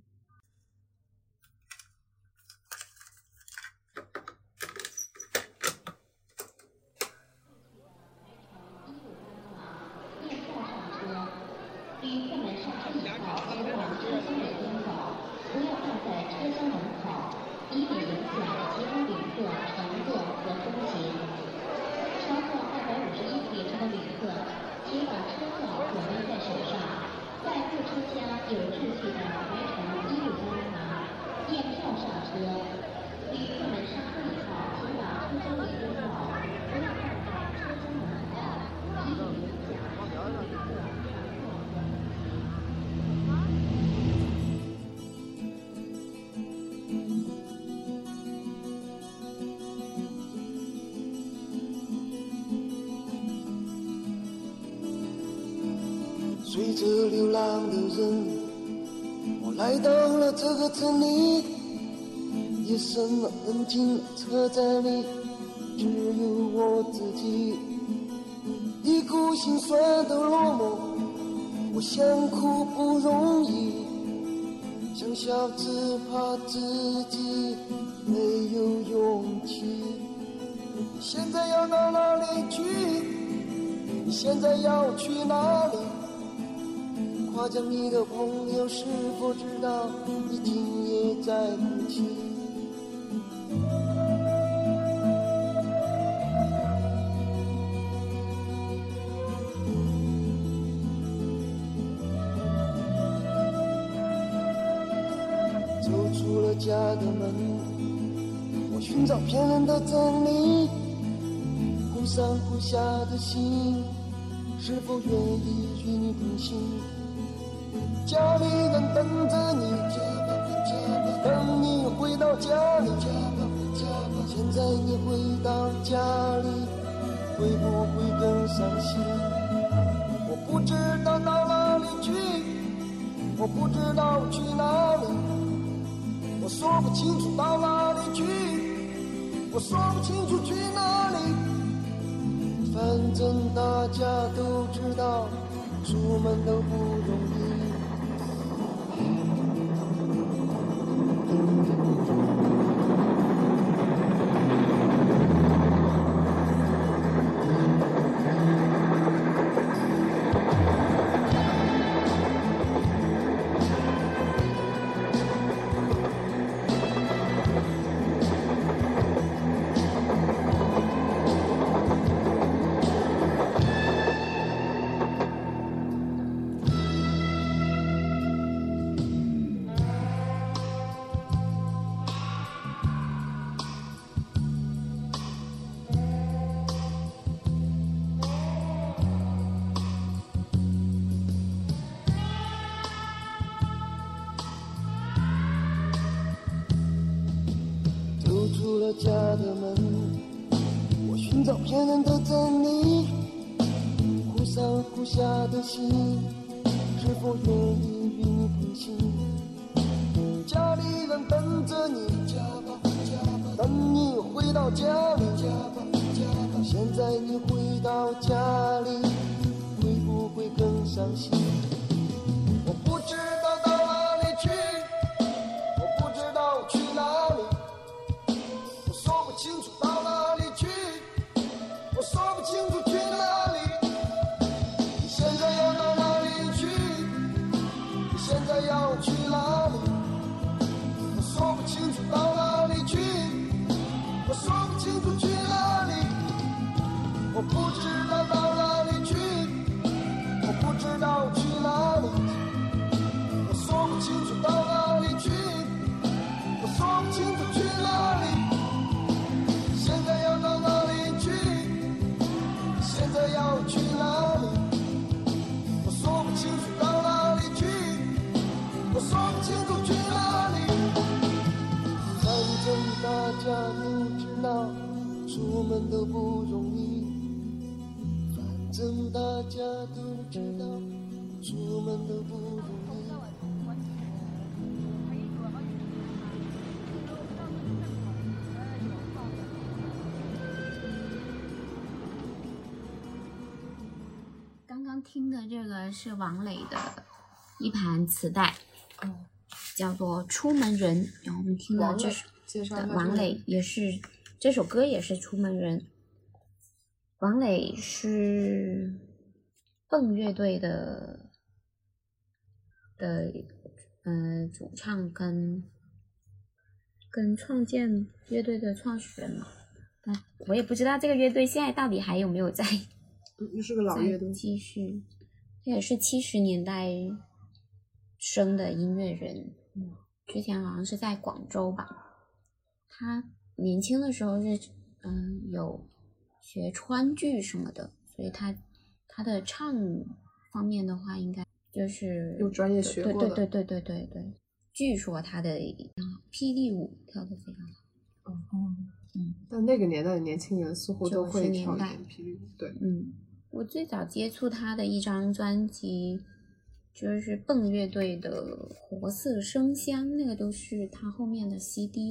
旅客们上车以后，前往车厢里边走，不要站在车厢门口，以免影响其他旅客乘坐和通行。超过251里程的旅客，请把车票准备在手上，在各车厢有秩序地排成一路观察，验票上车。旅客们上车以后，请往车厢里边走，不要站在车厢门口，以免影响其他旅客。 随着流浪的人，我来到了这个城里。夜深了，人静了，车站里只有我自己。一股心酸的落寞，我想哭不容易，想笑只怕自己没有勇气。你现在要到哪里去？你现在要去哪里？夸奖你的朋友是否知道你今夜在哭泣？走出了家的门，我寻找骗人的真理，忽上忽下的心，是否愿意与你同行？家里人等着你，等你回到家里。现在你回到家里，会不会更伤心？我不知道到哪里去，我不知道去哪里，我说不清楚到哪里去，我说不清楚去哪里。反正大家都知道，出门都不容易。出了家的门，我寻找骗人的真理，忽上忽下的心， 是否愿意与你同行？家里人等着你，等你回到家里。现在你回到家里，会不会更伤心？我不知道到哪里去，我不知道去哪里，我说不清楚到哪里去，我说不清楚去哪里。你现在要到哪里去？你现在要去哪里？我说不清楚到哪里去，我说不清楚去哪里。我不知道到哪里去，我不知道去哪里，我说不清楚到哪里去，我说不清楚去哪里。现在要到哪里去？现在要去哪里？我说不清楚到哪里去，我说不清楚去哪里。反正大家都知道，出门都不容易。反正大家都知道，出门都不容易。 刚刚听的这个是王磊的一盘磁带，叫做《出门人》，然后我们听到这首王磊也是这首歌也是《出门人》。王磊是蹦乐队的主唱跟创建乐队的创始人嘛。那我也不知道这个乐队现在到底还有没有在是个老乐队继续。他也是70年代生的音乐人，之前好像是在广州吧。他年轻的时候是有学川剧什么的，所以他的唱方面的话，应该就是有专业学过的。 对。据说他的霹雳舞跳得非常好。 但那个年代的年轻人似乎都会跳一点霹雳舞。对， 我最早接触他的一张专辑就是蹦乐队的《活色生香》，那个都是他后面的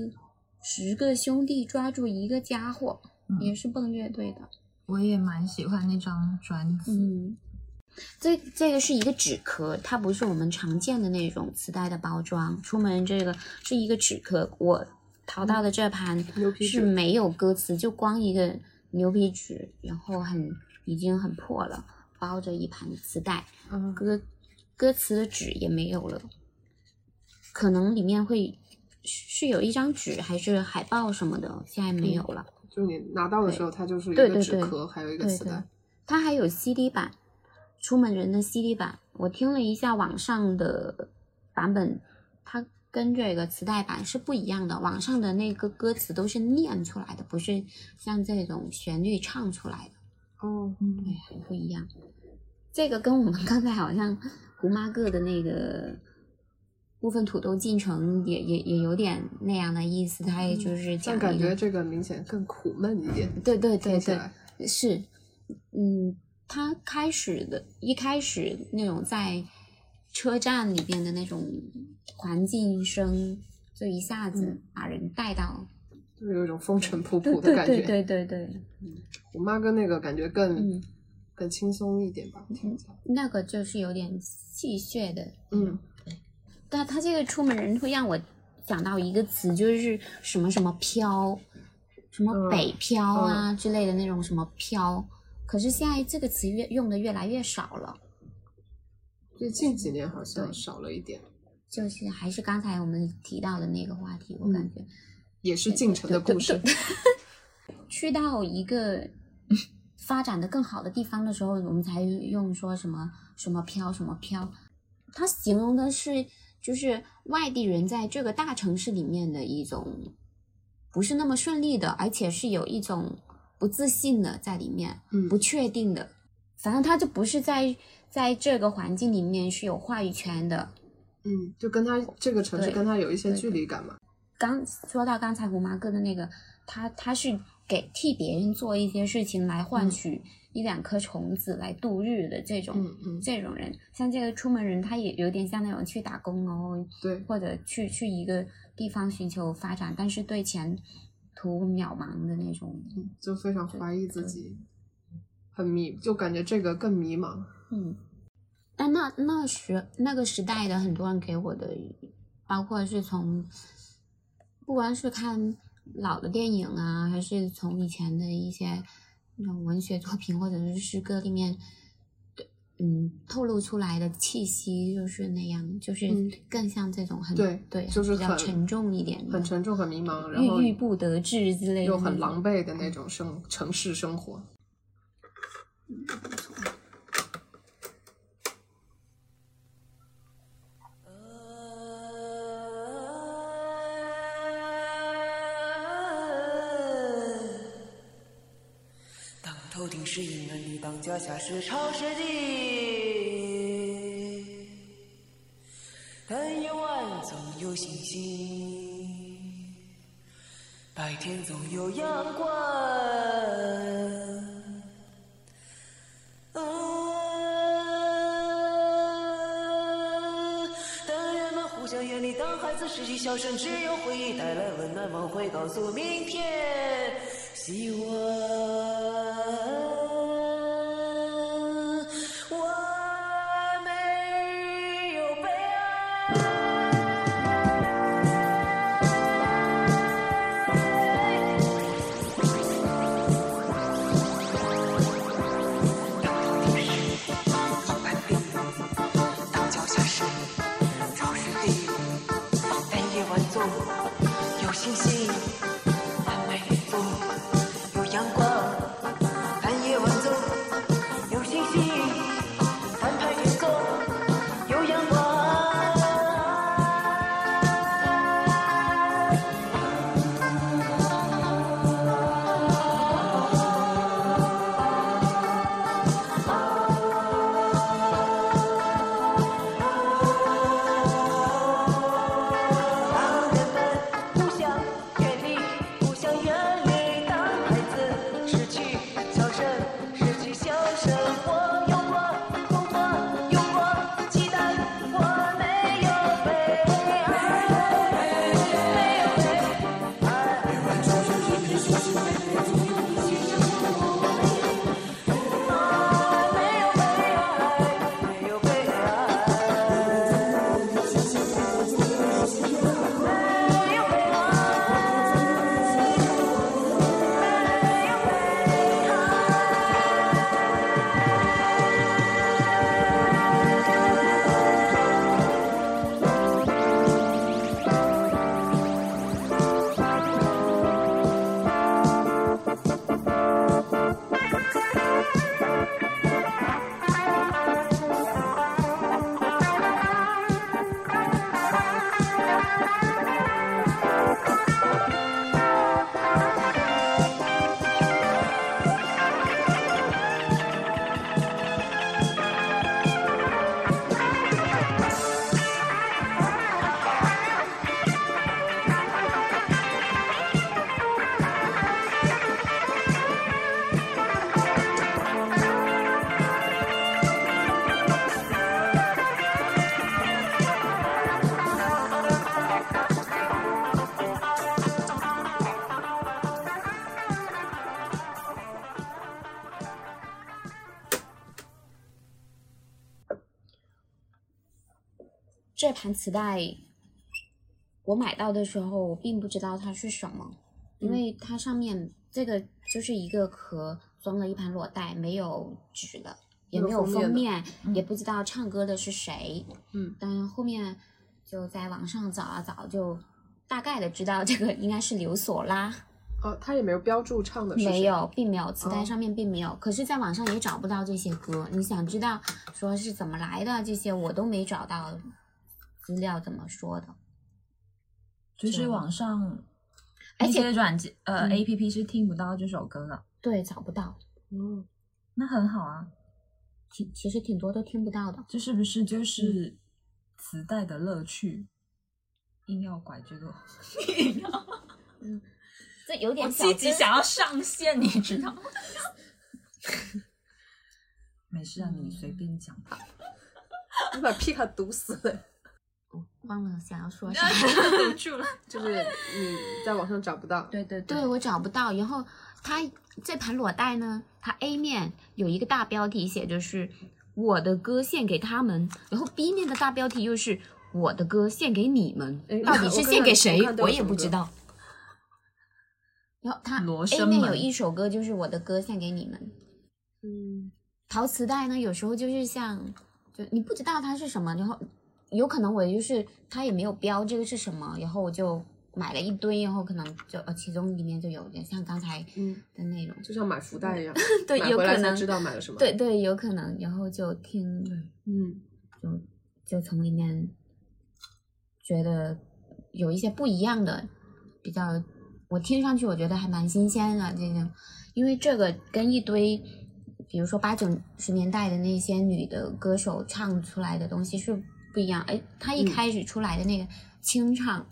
CD。10个兄弟抓住一个家伙，也是蹦乐队的。 我也蛮喜欢那张专辑。 这个是一个纸壳，它不是我们常见的那种磁带的包装。出门这个是一个纸壳，我淘到的这盘是没有歌词，就光一个牛皮纸，然后已经很破了，包着一盘磁带，歌词的纸也没有了，可能里面是有一张纸还是海报什么的，现在没有了。 就是你拿到的时候，它就是一个纸壳，还有一个磁带。 它还有 CD 版，出门人的 CD 版，我听了一下网上的版本，它跟这个磁带版是不一样的。网上的那个歌词都是念出来的，不是像这种旋律唱出来的。对，很不一样。这个跟我们刚才好像胡麻哥的那个部分土豆进程也有点那样的意思，它也就是讲， 但感觉这个明显更苦闷一点。 对，是，他一开始那种在车站里边的那种环境声，就一下子把人带到， 就有一种风尘仆仆的感觉。 对。 我妈跟那个感觉更轻松一点吧，听起来。 那个就是有点戏谑的，但他这个出门人会让我想到一个词，就是什么什么飘，什么北漂啊之类的那种什么飘。可是现在这个词用的越来越少了， 最近几年好像少了一点。 就是还是刚才我们提到的那个话题，我感觉也是进程的故事。 去到一个发展的更好的地方的时候，我们才用说什么什么飘什么飘。它形容的是就是外地人在这个大城市里面的一种不是那么顺利的，而且是有一种不自信的在里面，不确定的。反正他就不是在这个环境里面是有话语权的。 就跟他这个城市跟他有一些距离感嘛。 说到刚才胡麻哥的那个，他是替别人做一些事情来换取1-2颗虫子来度日的这种人，像这个出门人，他也有点像那种去打工哦， 对， 或者去一个地方寻求发展，但是对前途渺茫的那种， 就非常怀疑自己，很迷，就感觉这个更迷茫。 但那个时代的很多人给我的，包括是从不管是看老的电影啊，还是从以前的一些那种文学作品或者是诗歌里面，透露出来的气息就是那样，就是更像这种很对， 就是比较沉重一点的， 很沉重、很迷茫，然后郁郁不得志之类的， 又很狼狈的那种城市生活。 头顶是阴暗的，当脚下是潮湿的，但夜晚总有星星，白天总有阳光。当人们互相远离，当孩子失去笑声，只有回忆带来温暖，梦会告诉明天希望。星星，慢慢远走，有阳光。半夜晚走，有星星，安排远走，有阳光。 这盘磁带我买到的时候，我并不知道它是什么，因为它上面这个就是一个壳装了一盘裸带，没有纸的，也没有封面，也不知道唱歌的是谁。但后面就在网上找啊找，就大概的知道这个应该是刘索拉。 他也没有标注唱的是谁？ 没有，并没有，磁带上面并没有。可是在网上也找不到这些歌，你想知道说是怎么来的，这些我都没找到资料怎么说的。 就是网上一些软件APP 是听不到这首歌的。 对，找不到。 那很好啊。 其实挺多都听不到的。 这是不是就是磁带的乐趣？硬要拐这个这有点我小资积极想要上线，你知道吗？没事啊，你随便讲吧。 你把皮卡毒死了。 忘了想要说啥。 堵住了。 就是你在网上找不到。 对对对，我找不到。然后它这盘裸贷呢，它 A 面有一个大标题写着是我的歌献给他们，然后 B 面的大标题又是我的歌献给你们，到底是献给谁我也不知道。然后它 A 面有一首歌就是我的歌献给你们。淘磁带呢，有时候就是像就你不知道它是什么，然后有可能我就是它也没有标这个是什么，然后我就买了一堆，然后可能就其中里面就有点像刚才的内容， 就像买福袋一样。 对，有可能知道买了什么。 对对，有可能，然后就听，就从里面觉得有一些不一样的，比较我听上去我觉得还蛮新鲜的这个，因为这个跟一堆比如说80、90年代的那些女的歌手唱出来的东西是不一样。哎，她一开始出来的那个清唱，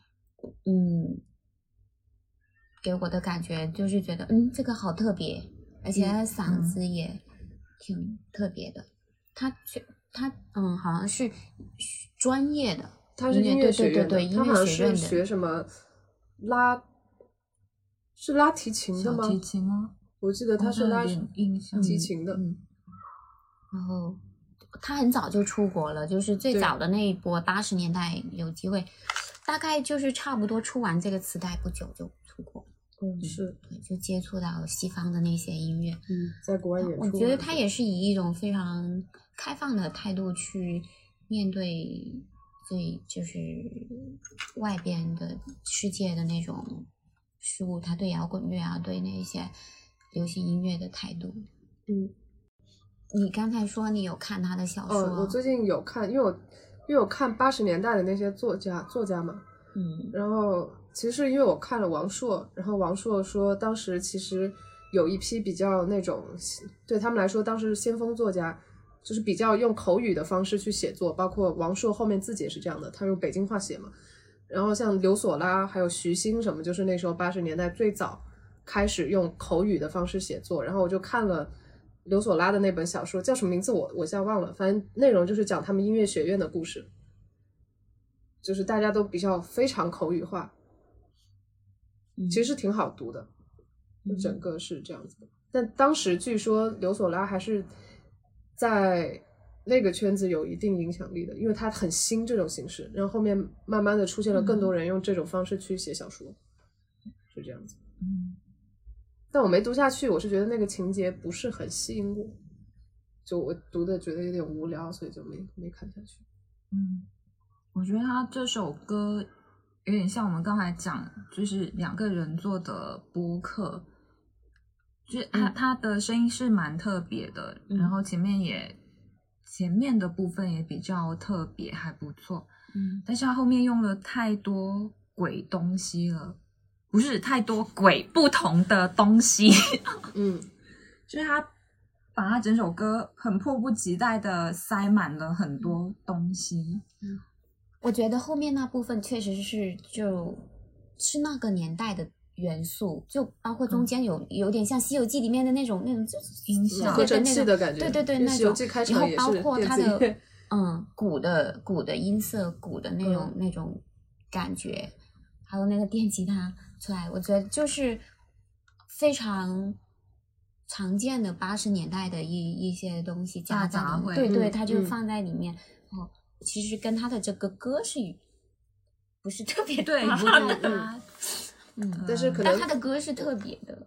给我的感觉就是觉得这个好特别，而且她的嗓子也挺特别的。她好像是专业的， 她是音乐学院的， 对，音乐学院的， 学什么拉提琴的吗？ 小提琴吗？ 我记得他是拉提琴的。 然后他很早就出国了，就是最早的那一波80年代有机会，大概就是差不多出完这个磁带不久就出国。 是， 对，就接触到西方的那些音乐。 在国外演出。 我觉得他也是以一种非常开放的态度去面对就是外边的世界的那种事物，他对摇滚乐啊，对那些流行音乐的态度。你刚才说你有看他的小说？ 我最近有看，因为我看80年代的那些作家嘛。然后其实因为我看了王朔，然后王朔说当时其实有一批比较那种对他们来说当时先锋作家，就是比较用口语的方式去写作，包括王朔后面自己也是这样的，他用北京话写嘛。然后像刘索拉还有徐新什么，就是那时候80年代最早开始用口语的方式写作。然后我就看了刘索拉的那本小说，叫什么名字我现在忘了，反正内容就是讲他们音乐学院的故事，就是大家都比较非常口语化，其实是挺好读的，整个是这样子的。但当时据说刘索拉还是在那个圈子有一定影响力的，因为他很新这种形式，然后后面慢慢的出现了更多人用这种方式去写小说，是这样子。但我没读下去，我是觉得那个情节不是很吸引我，就我读的觉得有点无聊，所以就没看下去。 我觉得他这首歌有点像我们刚才讲，就是2个人做的播客，就是他的声音是蛮特别的，然后前面的部分也比较特别，还不错。但是他后面用了太多鬼东西了。不是太多鬼不同的东西，就是他把他整首歌很迫不及待的塞满了很多东西。 我觉得后面那部分确实是就是那个年代的元素，就包括中间有点像《西游记》里面的那种音效合成器的感觉， 对那种。 西游记开场也是然后包括它的电子鼓的音色，鼓的那种感觉，还有那个电吉他出来，我觉得就是非常常见的80年代的一些东西加在里面，对，它就放在里面。其实跟他的这个歌是不是特别对，不搭搭， 但是可能他的歌是特别的。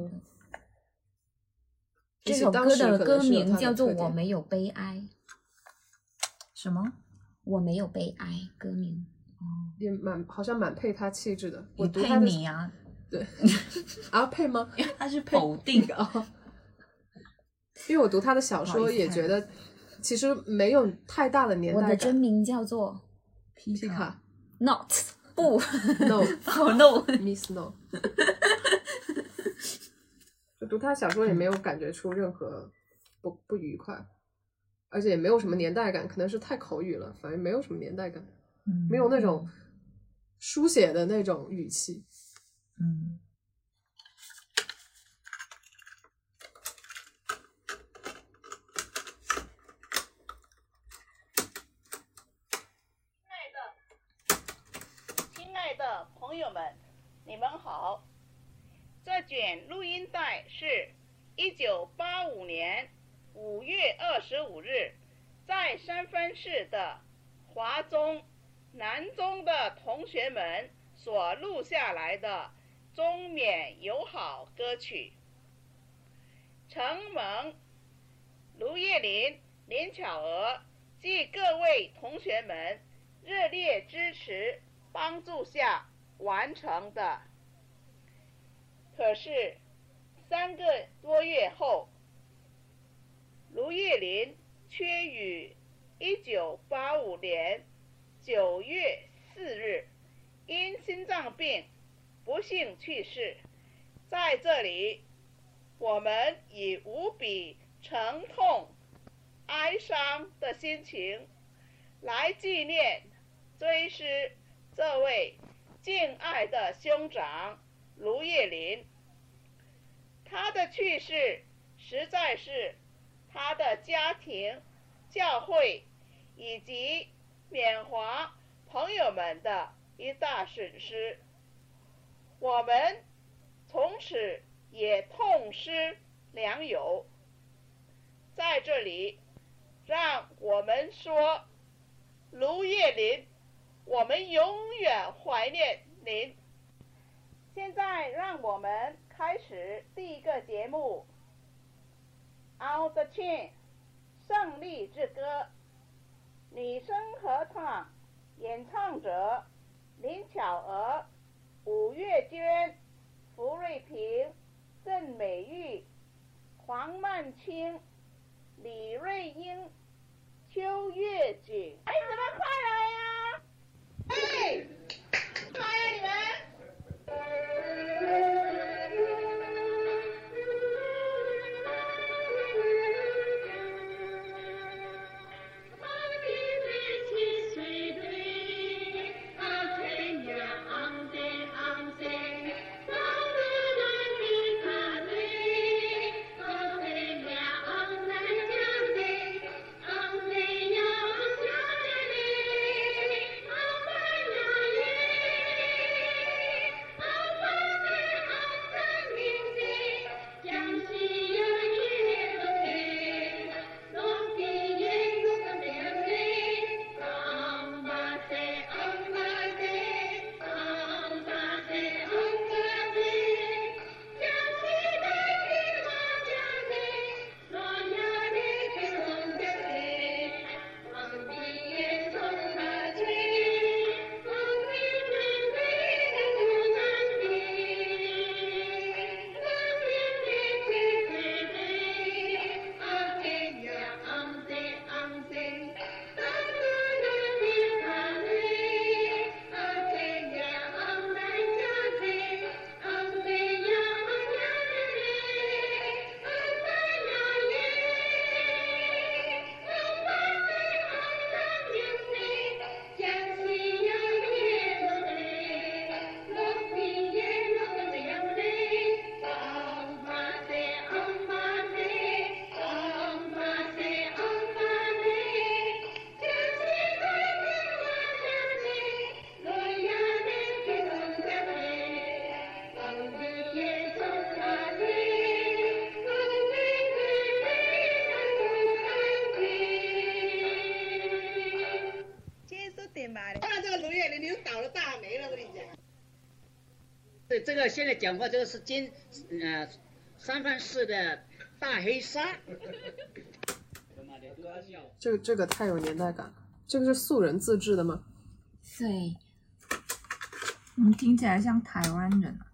这首歌的歌名叫做《我没有悲哀》。 什么？ 我没有悲哀，歌名。 也好像蛮配他气质的。我读配你啊？ 对配吗？ 因为他是否定因为我读他的小说也觉得其实没有太大的年代感。 我的真名叫做皮卡 ，Not 不 No Oh no Miss No 就读他小说也没有感觉出任何不愉快，而且也没有什么年代感，可能是太口语了，反正没有什么年代感，没有那种书写的那种语气。 友们，你们好。这卷录音带是1985年5月25日在三藩市的华中、南中的同学们所录下来的中缅友好歌曲。承蒙卢叶林、林巧儿及各位同学们热烈支持帮助下完成的。可是3个多月后，卢叶林却于1985年9月4日因心脏病不幸去世。在这里，我们以无比沉痛、哀伤的心情来纪念、追思这位敬爱的兄长卢叶林。他的去世实在是他的家庭、教会以及缅华朋友们的一大损失。我们从此也痛失良友。在这里，让我们说，卢叶林，我们永远怀念您。现在让我们开始第一个节目《Out the Chain》胜利之歌，女声合唱，演唱者林巧儿、伍月娟、福瑞平、郑美玉、黄曼青、李瑞英、邱月锦。孩子们快来呀！嘿，快呀你们！ 这个现在讲话，这个是三藩市的大黑鲨。 这个太有年代感了。这个是素人自制的吗？ 对。 听起来像台湾人啊。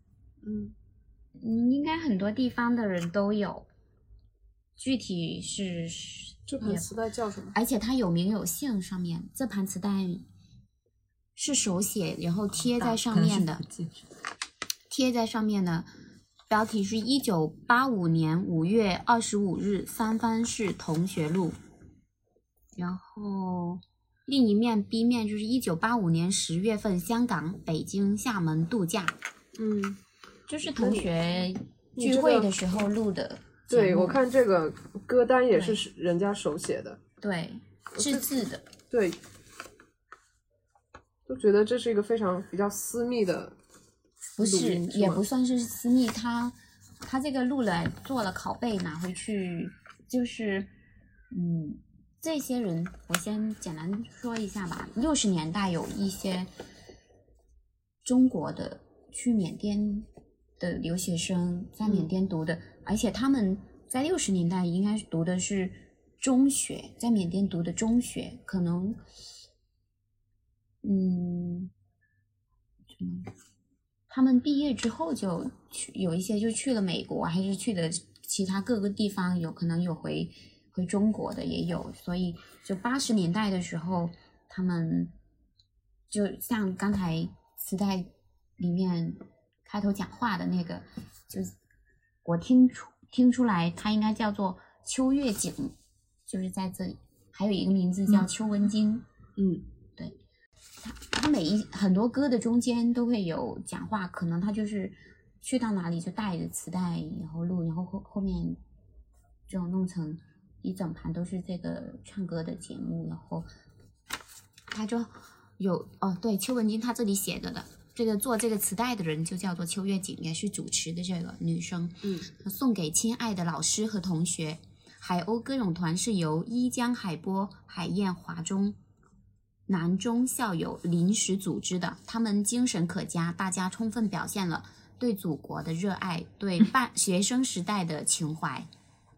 应该很多地方的人都有。具体是这盘磁带叫什么？ 而且它有名有姓，上面这盘磁带是手写，然后贴在上面的。贴在上面的标题是1985年5月25日三藩市同学录，然后另一面 B 面就是1985年10月份香港、北京、厦门度假。就是同学聚会的时候录的。 对，我看这个歌单也是人家手写的。 对，是字的。 对， 都觉得这是一个比较私密的录不是， 音， 也不算是私密，他这个录了做了拷贝拿回去，就是这些人我先简单说一下吧。60年代有一些中国的去缅甸的留学生在缅甸读的，而且他们在60年代应该读的是中学，在缅甸读的中学，可能他们毕业之后就有一些就去了美国，还是去的其他各个地方，有可能有回中国的也有，所以就80年代的时候，他们就像刚才磁带里面开头讲话的那个，就我听出来，它应该叫做邱月景，就是在这里，还有一个名字叫邱文金，对。他很多歌的中间都会有讲话，可能他就是去到哪里就带着磁带然后录，然后后面就弄成一整盘都是这个唱歌的节目，然后他就有对，邱文金他这里写的这个做这个磁带的人就叫做邱月景，也是主持的这个女生。送给亲爱的老师和同学。海鸥歌咏团是由伊江、海波、海燕、华中南中校友临时组织的，他们精神可嘉，大家充分表现了对祖国的热爱，对学生时代的情怀，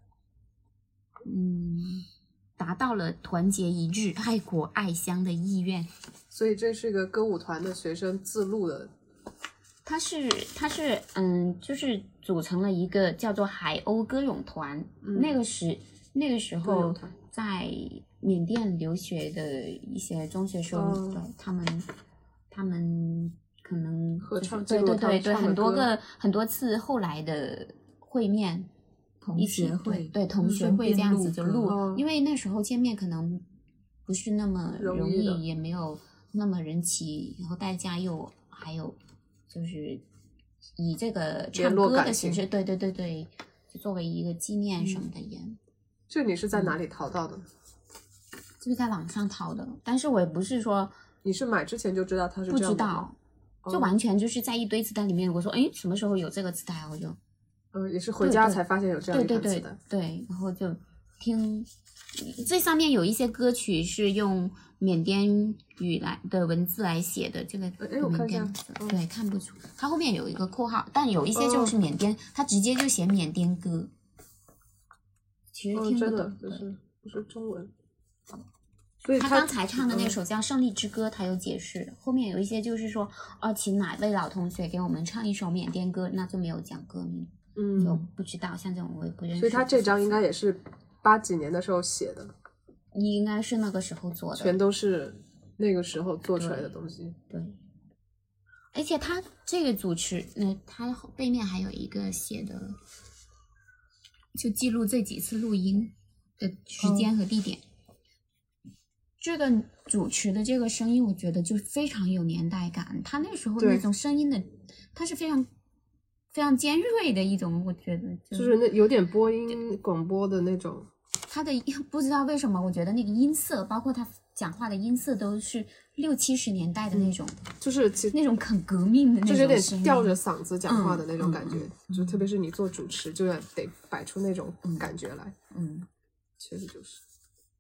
达到了团结一致、爱国爱乡的意愿。 所以这是一个歌舞团的学生自录的。 他是就是组成了一个叫做海鸥歌咏团，那个时候在缅甸留学的一些中学生，对他们可能合唱， 对，很多次后来的会面， 同学会， 对同学会这样子就录，因为那时候见面可能不是那么容易，也没有那么人气，然后大家又还有就是以这个唱歌的形式，对，就作为一个纪念什么的也。 这你是在哪里淘到的？ 就是在网上淘的，但是我也不是说你是买之前就知道它是这样的吗？ 不知道，就完全就是在一堆磁带里面，我说什么时候有这个磁带，我就也是回家才发现有这样一盘磁带， 对，然后就听，这上面有一些歌曲是用缅甸语的文字来写的，这个我看一下， 对，看不出，它后面有一个括号，但有一些就是缅甸，它直接就写缅甸歌，其实听不懂， 不是中文。 所以他刚才唱的那首叫《胜利之歌》，他有解释，后面有一些就是说，请哪位老同学给我们唱一首缅甸歌，那就没有讲歌名，就不知道，像这种我也不认识。 所以他这张应该也是80几年的时候写的， 应该是那个时候做的， 全都是那个时候做出来的东西。 对，而且他这个主持，他背面还有一个写的，就记录这几次录音的时间和地点。这个主持的这个声音，我觉得就非常有年代感。他那时候那种声音的，他是非常非常尖锐的一种，我觉得就是那有点播音广播的那种。 他的不知道为什么，我觉得那个音色，包括他讲话的音色，都是60、70年代的那种， 就是那种很革命的那种声音， 就是有点吊着嗓子讲话的那种感觉。就特别是你做主持，就得摆出那种感觉来。确实就是。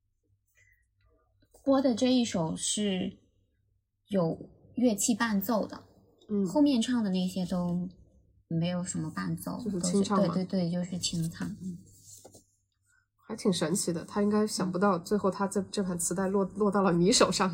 播的这一首是有乐器伴奏的，后面唱的那些都没有什么伴奏， 就是清唱嘛， 对，就是清唱， 还挺神奇的。他应该想不到，最后他这盘磁带落到了你手上，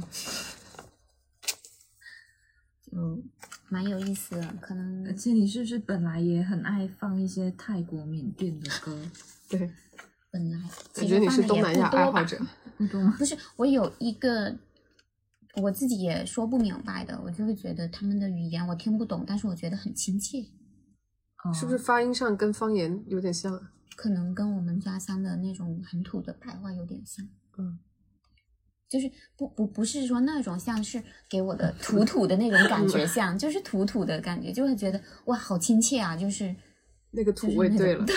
蛮有意思的。可能， 而且你是不是本来也很爱放一些泰国、缅甸的歌？ 对， 本来感觉你是东南亚爱好者。 不是，我有一个我自己也说不明白的，我就会觉得他们的语言我听不懂，但是我觉得很亲切。 是不是发音上跟方言有点像？ 可能跟我们家乡的那种很土的白话有点像。就是不是说那种像，是给我的土的那种感觉像，就是土的感觉，就会觉得哇好亲切啊，就是那个土味对了。 对。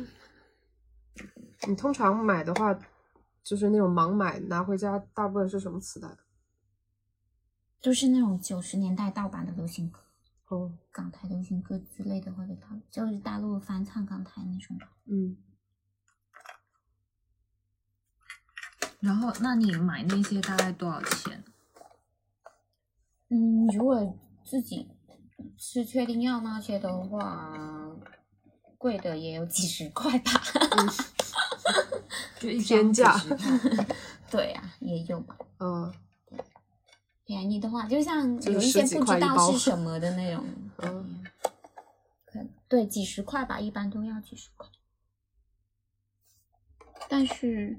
你通常买的话，就是那种盲买拿回家，大部分是什么磁带？ 都是那种90年代盗版的流行歌， 哦， 港台流行歌之类的，或者就是大陆翻唱港台那种。 然后，那你买那些大概多少钱？ 如果自己是确定要那些的话，贵的也有几十块吧。 就一天价。 对啊，也有吧。便宜的话，就像就有一些 10几不知道块一包是什么的那种。对，几十块吧，一般都要几十块。但是，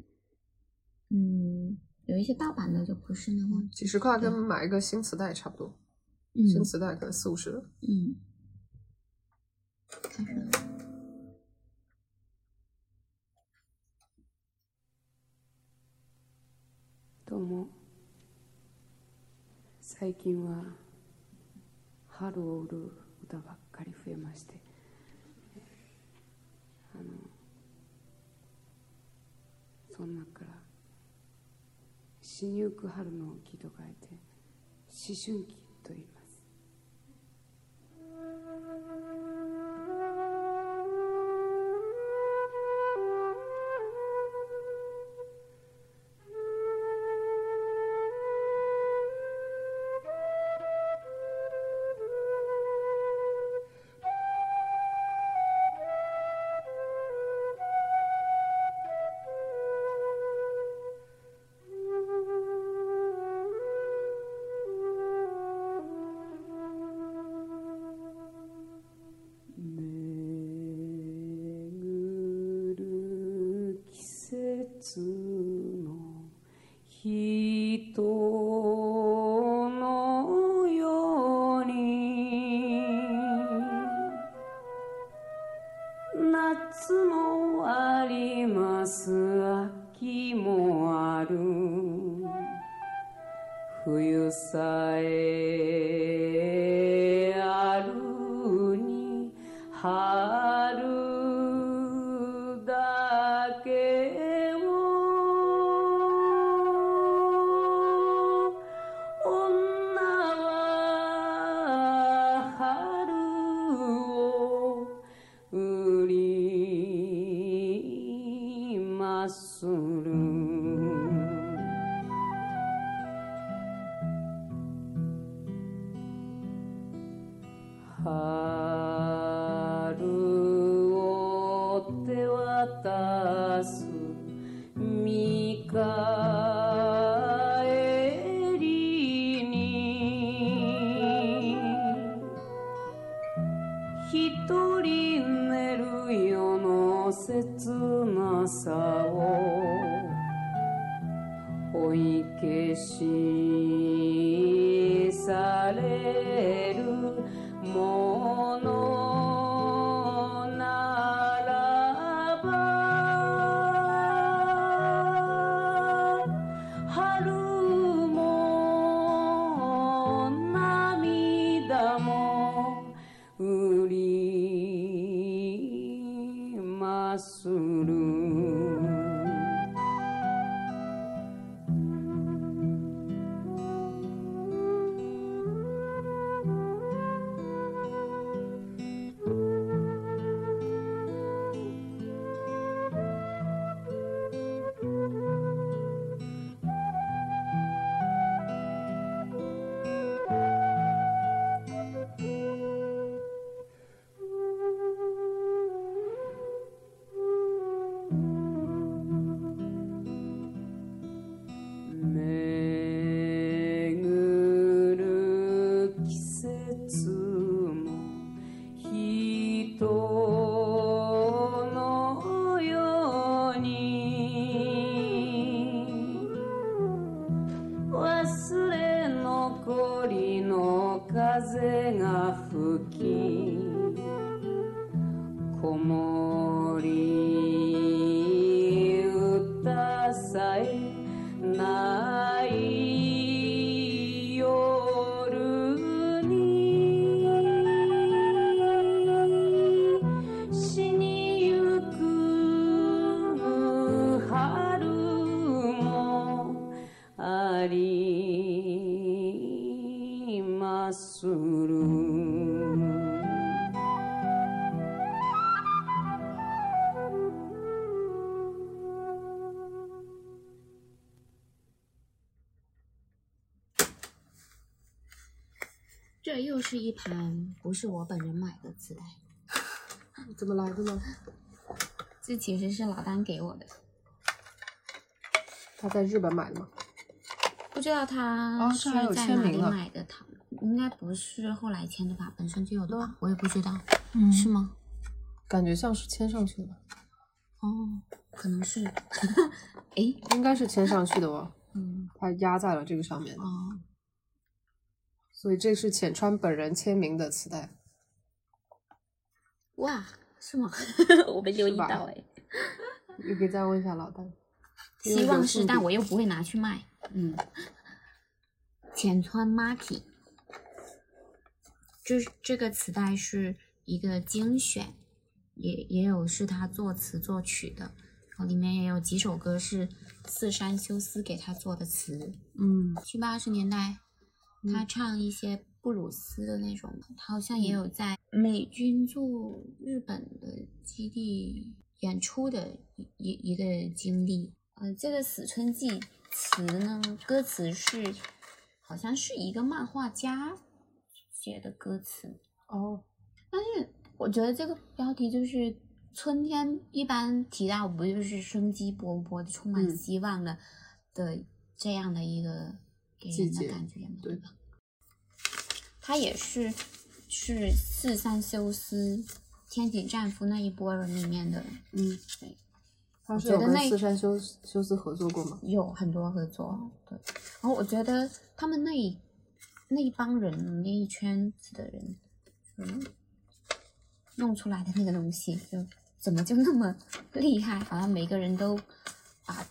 有一些盗版的就不是那么几十块跟买一个新磁带差不多。新磁带可能40-50了。 どうも。最近は春を売る歌ばっかり増えまして、その中から死にゆく春の木と書いて思春期と言います。の人のように夏もあります秋もある冬さえあるに春だけを女は春を売りまする春を手渡す見返りに一人寝る夜の切なさを追い消しされるものならば春も涙も売りまする巡る季節も人のように忘れ残りの風が吹きこもり歌さえない夜に死にゆく春もあり这又是一盘不是我本人买的磁带， 怎么来的呢？ 这其实是老丹给我的。 他在日本买的吗？ 不知道他是这还有在哪里签名了买的糖，应该不是后来签的吧，本身就有的吧，我也不知道，是吗？ 感觉像是签上去的吧。 哦，可能是， 诶，应该是签上去的哦。 嗯， 它压在了这个上面的。 哦， 所以这是浅川本人签名的磁带。 哇，是吗？我没留意到哎。 你可以再问一下老丹。 希望是，但我又不会拿去卖。嗯，浅川 Maki， 这个磁带是一个精选，也有是他作词作曲的，然后里面也有几首歌是四山修斯给他做的词。 嗯 ，70、80年代，他唱一些布鲁斯的那种，他好像也有在美军驻日本的基地演出的一个经历。这个《死春季》词呢，歌词是好像是一个漫画家写的歌词哦， 但是我觉得这个标题就是春天一般提到不就是生机勃勃的、充满希望的这样的一个给人的感觉嘛，对吧？他也是四山修斯、天井战夫那一波人里面的，对。 他是有跟四山修斯合作过吗？ 有很多合作，对。然后我觉得他们那一帮人那一圈子的人，弄出来的那个东西，就怎么就那么厉害？好像每个人都把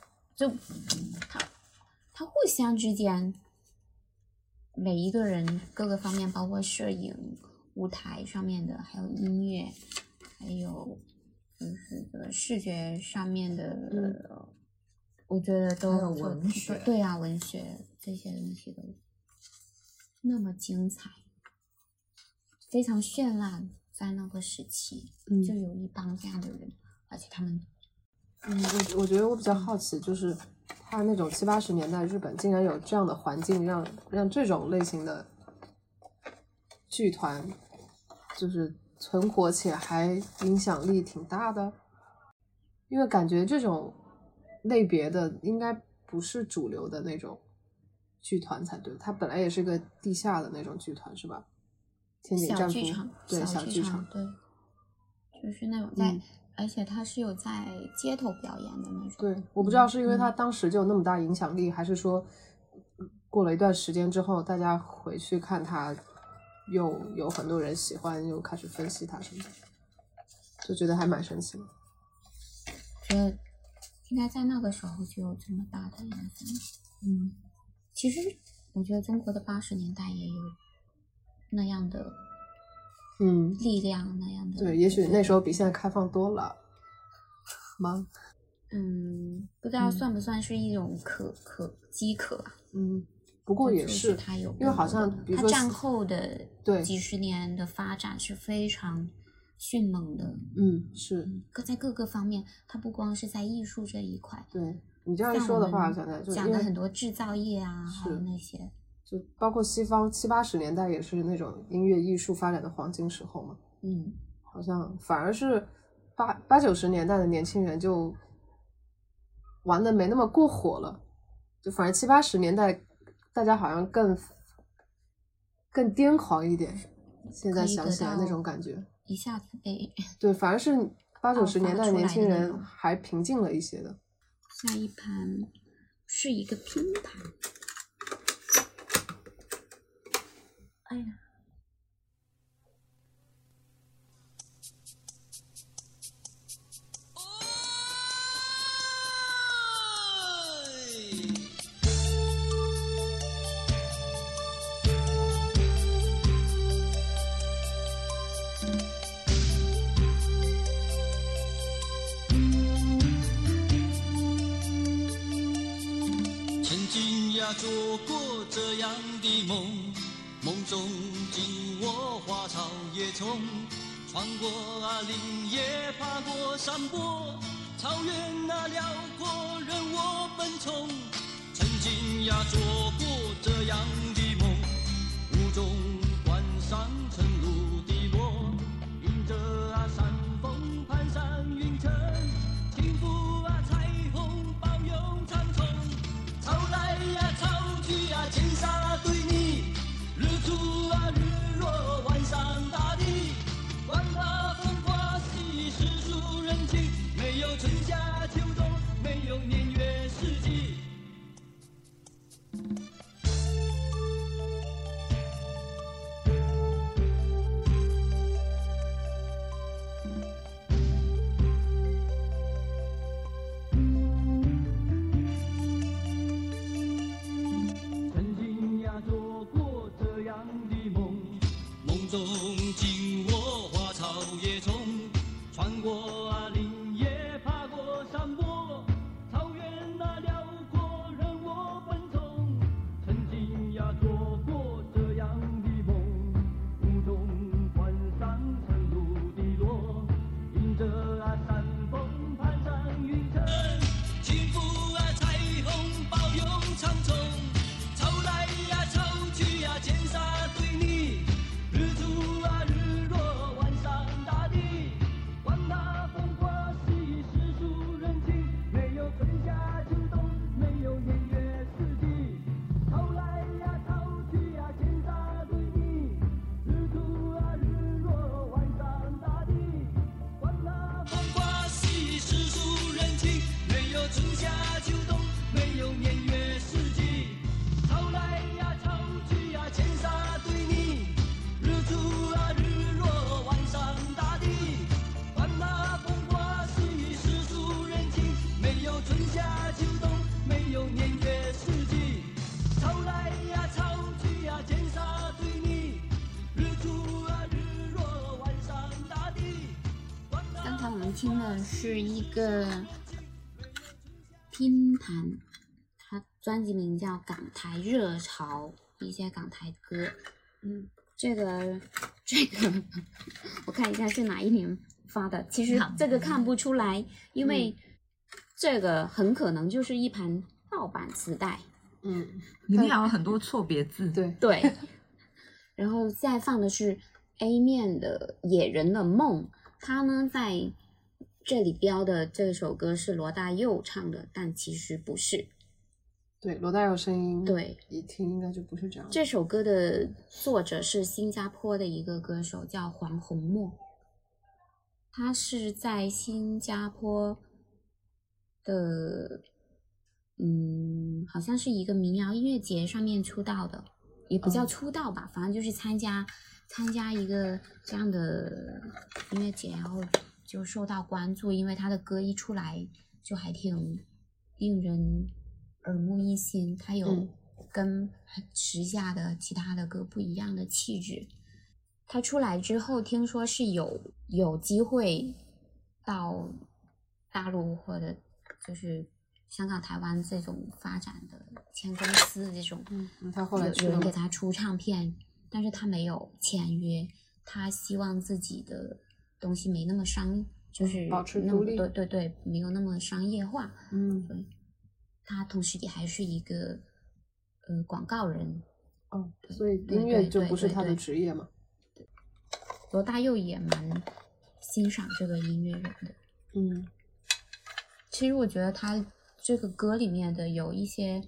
他互相之间，每一个人各个方面，包括摄影、舞台上面的，还有音乐，还有。就是这个视觉上面的，我觉得都还有文学， 对啊，文学这些东西都那么精彩，非常绚烂。在那个时期，就有一帮这样的人，而且他们， 我觉得我比较好奇，就是他那种70、80年代日本竟然有这样的环境，让这种类型的剧团，就是存活且还影响力挺大的，因为感觉这种类别的应该不是主流的那种剧团才对，它本来也是个地下的那种剧团是吧？天井战夫，对，小剧场， 对，就是那种在，而且它是有在街头表演的那种。 对，我不知道是因为它当时就有那么大影响力，还是说过了一段时间之后，大家回去看它。又有很多人喜欢，又开始分析它什么的，就觉得还蛮神奇的。 觉得应该在那个时候就有这么大的影响。其实我觉得中国的80年代也有那样的，力量那样的。 对，也许那时候比现在开放多了吗？ 不知道算不算是一种饥渴啊？ 不过也是，因为好像比如说它战后的几十年的发展是非常迅猛的。 是。 在各个方面，它不光是在艺术这一块。 对你这样一说的话，现在就讲的很多制造业啊，还有那些， 就包括西方70、80年代也是那种音乐艺术发展的黄金时候嘛。好像反而是80、90年代的年轻人就玩的没那么过火了，就反正70、80年代。大家好像更癫狂一点，现在想起来那种感觉， 一下子被对，反而是80、90年代的年轻人还平静了一些的。 下一盘是一个拼盘，哎呀。 做过这样的梦，梦中紧握花草野丛，穿过林野，爬过山坡，草原辽阔任我奔冲。曾经做过这样的梦，雾中观上晨露滴落，迎着山峰攀山云层，轻抚彩虹抱拥长虫，潮来潮去千沙对你，日出日落晚上大地，管它风花细世俗人情，没有春夏秋冬，没有年月四季。曾经做过这样的梦，梦中紧握花草野虫，穿过林野，爬过山坡，草原辽阔任我奔冲。曾经做过这样的梦，雾中观赏晨露滴落，迎着山峰攀山云层，轻抚彩虹抱拥长虫，潮来潮去千沙对你，日出日落晚上大地，管它风花细世俗人情，没有春夏秋冬，没有年月四季，潮来潮去千沙对你，日出日落晚上大地，管它风花细世俗人情，没有春夏秋冬，没有年月四季，潮来潮去千沙对你，日出日落晚上大地，管它风花细世俗人情，没有春夏秋冬，没有年月四季，潮来潮去千沙对你，日出日落晚上大地。 刚才我们听的是一个拼盘，它专辑名叫《港台热潮》，一些港台歌。这个，我看一下是哪一年发的。其实这个看不出来，因为这个很可能就是一盘盗版磁带。 里面有很多错别字。 对。然后再放的是 A 面的《野人的梦》，他呢在这里标的这首歌是罗大佑唱的，但其实不是。 对，罗大佑声音， 对， 一听应该就不是这样。 这首歌的作者是新加坡的一个歌手，叫黄宏墨。他是在新加坡的，好像是一个民谣音乐节上面出道的，也不叫出道吧，反正就是参加一个这样的音乐节，然后就受到关注，因为他的歌一出来就还挺令人耳目一新，他有跟时下的其他的歌不一样的气质。他出来之后，听说是有机会到大陆或者就是香港、台湾这种发展的签公司这种， 他后来有人给他出唱片，但是他没有签约，他希望自己的东西没那么就是保持独立， 对，没有那么商业化。对，他同时也还是一个广告人。 所以音乐就不是他的职业嘛。 罗大佑也蛮欣赏这个音乐人的。其实我觉得他这个歌里面的有一些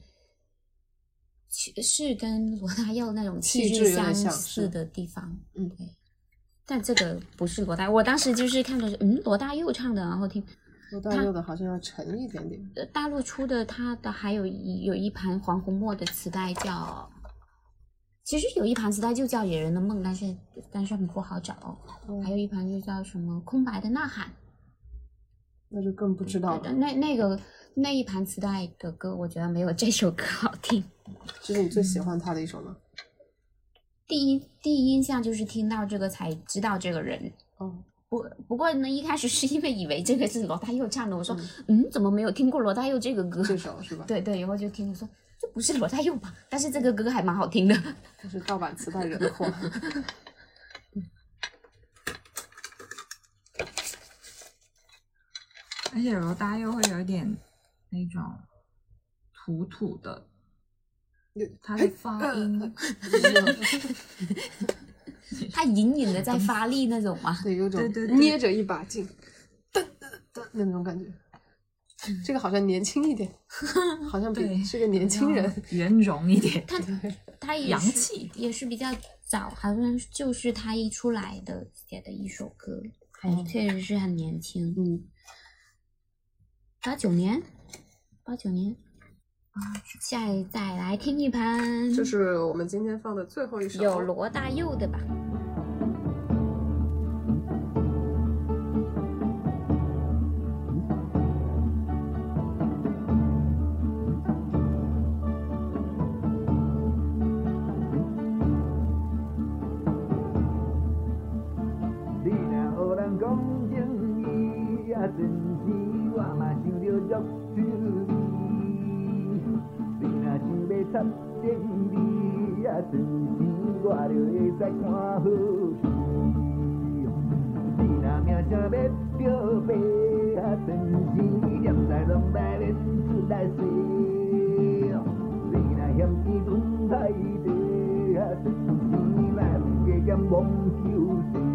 是跟罗大佑那种气质相似的地方。对。但这个不是罗大佑，我当时就是看的是罗大佑唱的，然后听罗大佑的好像要沉一点点。 大陆出的他的还有一盘黄宏墨的磁带叫，其实有一盘磁带就叫《野人的梦》，但是很不好找。还有一盘就叫什么《空白的呐喊》， 那就更不知道了。 那一盘磁带的歌，我觉得没有这首歌好听。 这是你最喜欢他的一首吗？ 第一印象就是听到这个才知道这个人。不过呢，一开始是因为以为这个是罗大佑唱的，我说怎么没有听过罗大佑这个歌？ 这首是吧？ 对，以后就听了说这不是罗大佑吧？但是这个歌还蛮好听的。 这是盗版磁带惹的祸。 而且罗大佑会有一点那种土的，他的发音他隐隐的在发力那种嘛， 对，有种对捏着一把劲，噔那种感觉。这个好像年轻一点，好像是个年轻人， 圆融一点。 他也洋是气， 也是比较早，好像就是他一出来的写的一首歌，还确实是很年轻。89年，再来听一盘， 这是我们今天放的最后一首， 有罗大佑的吧。 真是我嘛想着足趣味，你若想要插电你啊，真是我就会使看好戏。你若名声要表白啊，真是念在拢来免出来说。你若嫌钱赚太多啊，真是来加减妄求事。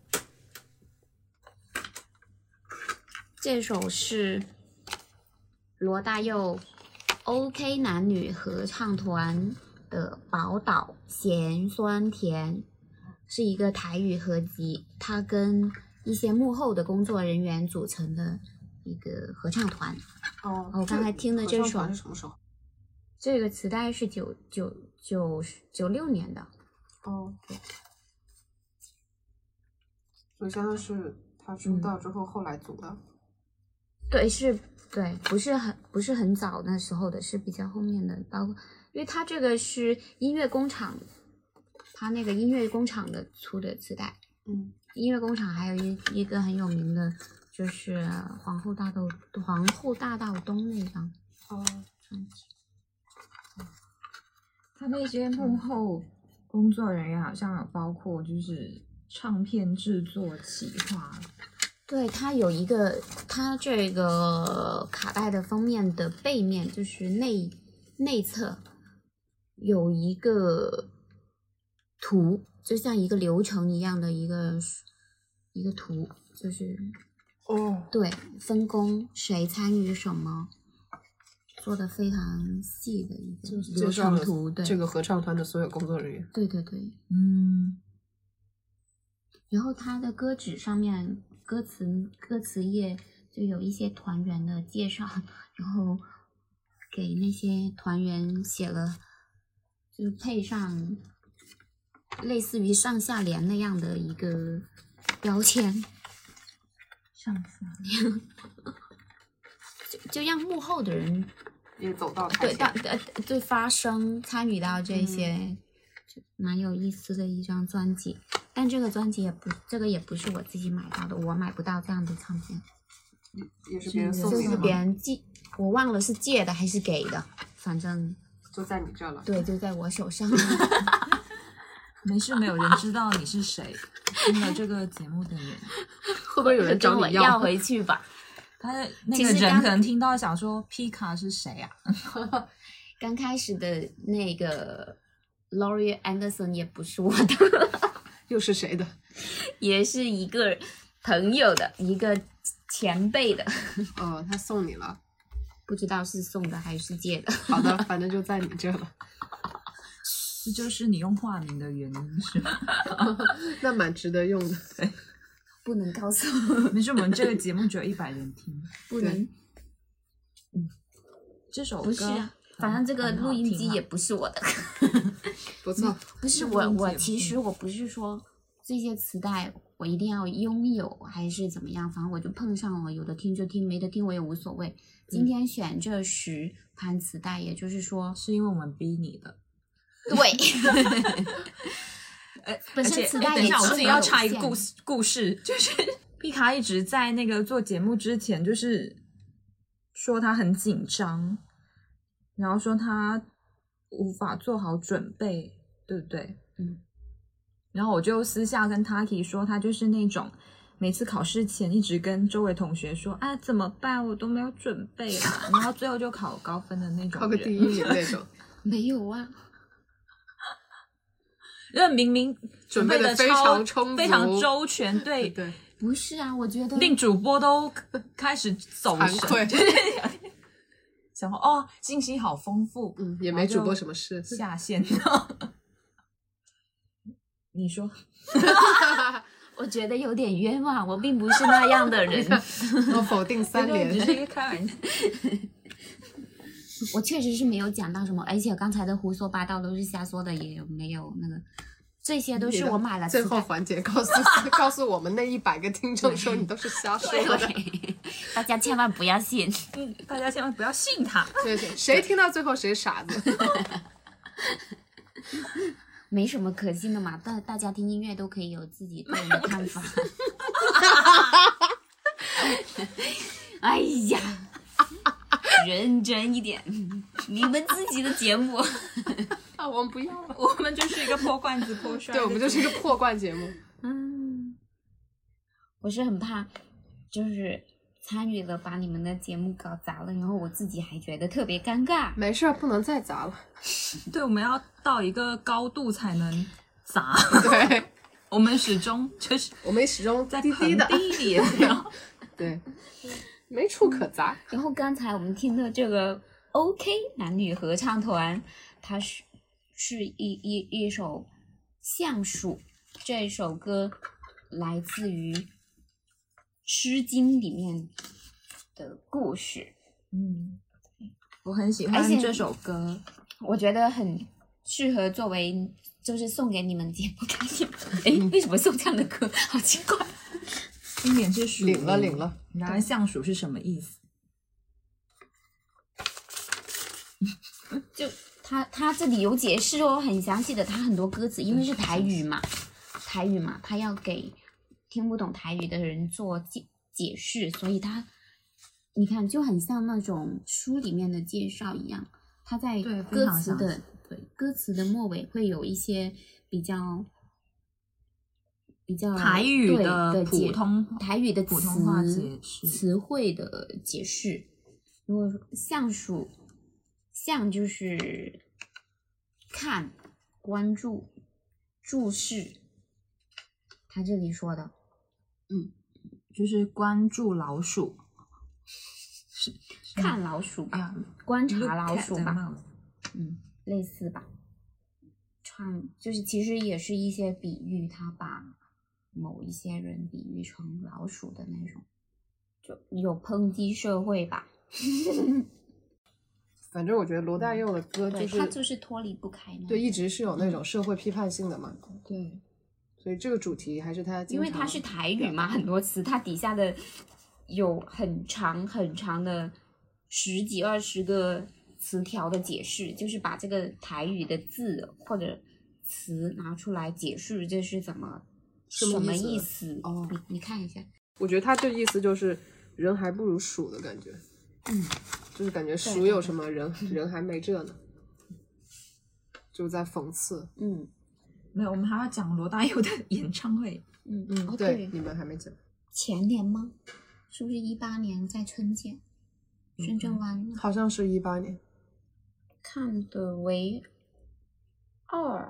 这首是罗大佑 OK 男女合唱团的《宝岛咸酸甜》，是一个台语合集，他跟一些幕后的工作人员组成的一个合唱团。我刚才听的这首是什么时候？ 这个磁带是96年的。 对。所以相当于是他出道之后后来组的。 对，不是很早那时候的，是比较后面的，包括因为他这个是音乐工厂，他那个音乐工厂的出的磁带。音乐工厂还有一个很有名的，就是皇后大道东那张专辑。 他那些幕后工作人员好像有包括就是唱片制作企划。 对，它有一个，它这个卡带的封面的背面就是内侧有一个图，就像一个流程一样的一个图，就是对，分工谁参与什么，做的非常细的一个流程图。对， 这个合唱团的所有工作人员。 对，然后它的歌纸上面歌词页就有一些团员的介绍，然后给那些团员写了，就配上类似于上下联那样的一个标签。 上下联就让幕后的人也走到台前， 对发声参与到这些，就蛮有意思的一张专辑。但这个专辑也不是我自己买到的，我买不到这样的唱片， 也是别人送就是别人我忘了是借的还是给的，反正就在你这了。 对，就在我手上。 没事，没有人知道你是谁，听了这个节目的人， 会不会有人找你要回去吧？ 他那个人可能听到想说皮卡是谁啊？ 刚开始的那个 Laurie Anderson 也不是我的。 又是谁的？ 也是一个朋友的，一个前辈的。 他送你了， 不知道是送的还是借的。 好的，反正就在你这了。 这就是你用化名的原因是吗？ 那蛮值得用的。 不能告诉我。没事，我们这个节目只有100人听， 不能。 这首歌不是啊，反正这个录音机也不是我的。 不错， 不是我其实我不是说这些磁带我一定要拥有还是怎么样，反正我就碰上了，有的听就听，没得听我也无所谓。今天选这10盘磁带，也就是说是因为我们逼你的。 对。本身磁带也等一下，我自己要插一个故事，就是皮卡一直在那个做节目之前，就是说他很紧张，然后说他无法做好准备，对不对？然后我就私下跟 Taki 说，他就是那种每次考试前一直跟周围同学说啊怎么办，我都没有准备啦，然后最后就考高分的那种人， 考个第1名那种。 没有啊， 因为明明准备的非常充足， 非常周全，对， 不是啊，我觉得令主播都开始走神，想说信息好丰富， 也没主播什么事， 下线。你说， 我觉得有点冤枉，我并不是那样的人。 我否定3连， 只是一个开玩笑。 我确实是没有讲到什么，而且刚才的胡说八道都是瞎说的，也没有那个，这些都是我买了。 最后环节告诉我们那100个听众说你都是瞎说的， 大家千万不要信， 大家千万不要信他。 对，谁听到最后谁傻子。 没什么可信的嘛，大家听音乐都可以有自己个人的看法。哎呀，认真一点，你们自己的节目。 我们不要了， 我们就是一个破罐子破摔。 对，我们就是一个破罐节目。 我是很怕，就是参与了把你们的节目搞砸了，然后我自己还觉得特别尴尬。 没事，不能再砸了。 对，我们要到一个高度才能砸。 对， 我们始终在低低的低点。 对， 没处可砸。 然后刚才我们听的这个 OK 男女合唱团，它是一首橡树，这首歌来自于《诗经》里面的故事。 我很喜欢这首歌， 我觉得很适合作为就是送给你们节目看见。哎，为什么送这样的歌？好奇怪。 经典是属领了。 然而橡树是什么意思？ 就他这里有解释哦，很详细的，他很多歌词，因为是台语嘛，他要给听不懂台语的人做解释，所以他你看就很像那种书里面的介绍一样，他在歌词的末尾会有一些比较台语的普通话解释词汇的解释。如果橡树，橡就是看、关注、注视，他这里说的， 就是关注老鼠， 看老鼠吧，观察老鼠吧，类似吧。就是其实也是一些比喻，他把某一些人比喻成老鼠的那种，就有抨击社会吧。 反正我觉得罗大佑的歌他就是脱离不开对，一直是有那种社会批判性的嘛。 对， 所以这个主题还是他因为他是台语嘛，很多词他底下的有很长的10几20个词条的解释，就是把这个台语的字或者词拿出来解释这是什么意思哦。你看一下， 我觉得他这意思就是人还不如鼠的感觉。就是感觉鼠有什么人还没这呢，就在讽刺。 没有，我们还要讲罗大佑的演唱会。 对，你们还没讲。 前年吗？是不是18年在春节深圳湾？ 好像是18年。 看的为2，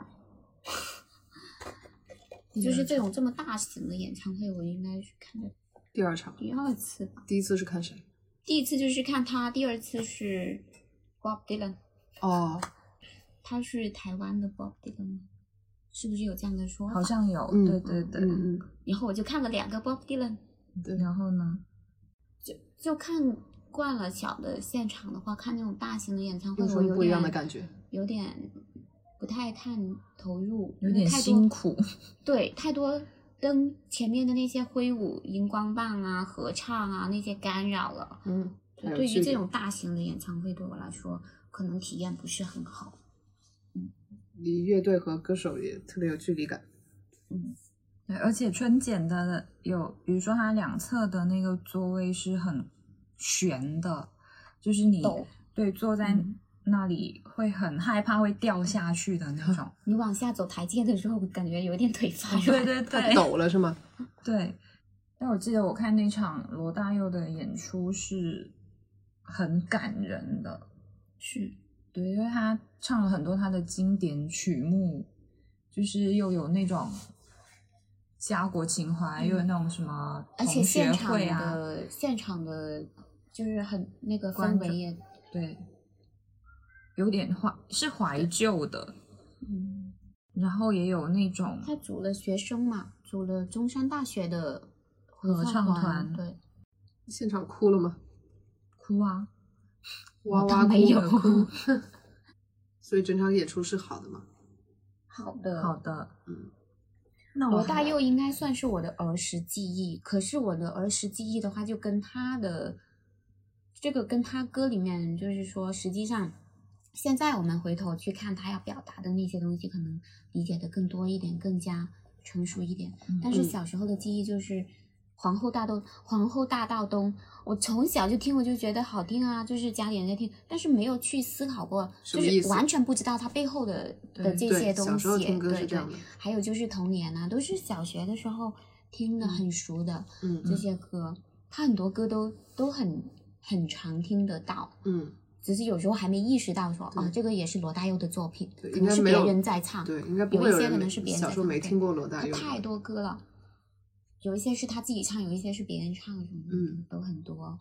就是这么大型的演唱会，我应该是看的第2场， 第2次吧。 第1次是看谁？ 第1次就是看他，第2次是 Bob Dylan。他是台湾的 Bob Dylan， 是不是有这样的说法？ 好像有，对。 然后我就看了2个 Bob Dylan。 对，然后呢？ 就看惯了小的现场的话，看那种大型的演唱会， 有什么不一样的感觉？ 有点不太看投入， 有点辛苦。 对，太多灯前面的那些挥舞荧光棒啊、合唱啊那些干扰了。对于这种大型的演唱会，对我来说可能体验不是很好。 离乐队和歌手也特别有距离感。 对，而且春茧的有，比如说它2侧的那个座位是很悬的，就是你坐在那里会很害怕会掉下去的那种。 你往下走台阶的时候，感觉有点腿发软。 对， 它抖了是吗？ 对。但我记得我看那场罗大佑的演出是很感人的，对，因为他唱了很多他的经典曲目，就是又有那种家国情怀，又有那种什么同学会啊， 而且现场的就是很那个氛围也对，有点怀旧的，然后也有那种他组了学生嘛，组了中山大学的合唱团， 对， 现场哭了吗？ 哭啊， 哇哇没有哭。所以整场演出是好的吗？ 好的。 那罗大佑应该算是我的儿时记忆，可是我的儿时记忆的话，就跟他的这个跟他歌里面，就是说，实际上现在我们回头去看他要表达的那些东西，可能理解的更多一点，更加成熟一点。但是小时候的记忆就是皇后大道东，我从小就听，我就觉得好听啊，就是家里人在听，但是没有去思考过，就是完全不知道它背后的这些东西。 小时候听歌是这样的。 还有就是童年啊，都是小学的时候听的很熟的这些歌，他很多歌都很常听得到。只是有时候还没意识到说这个也是罗大佑的作品，可能是别人在唱， 对，应该不会有一些可能是别人在唱， 小时候没听过罗大佑， 他太多歌了。有一些是他自己唱，有一些是别人唱，什么的都很多。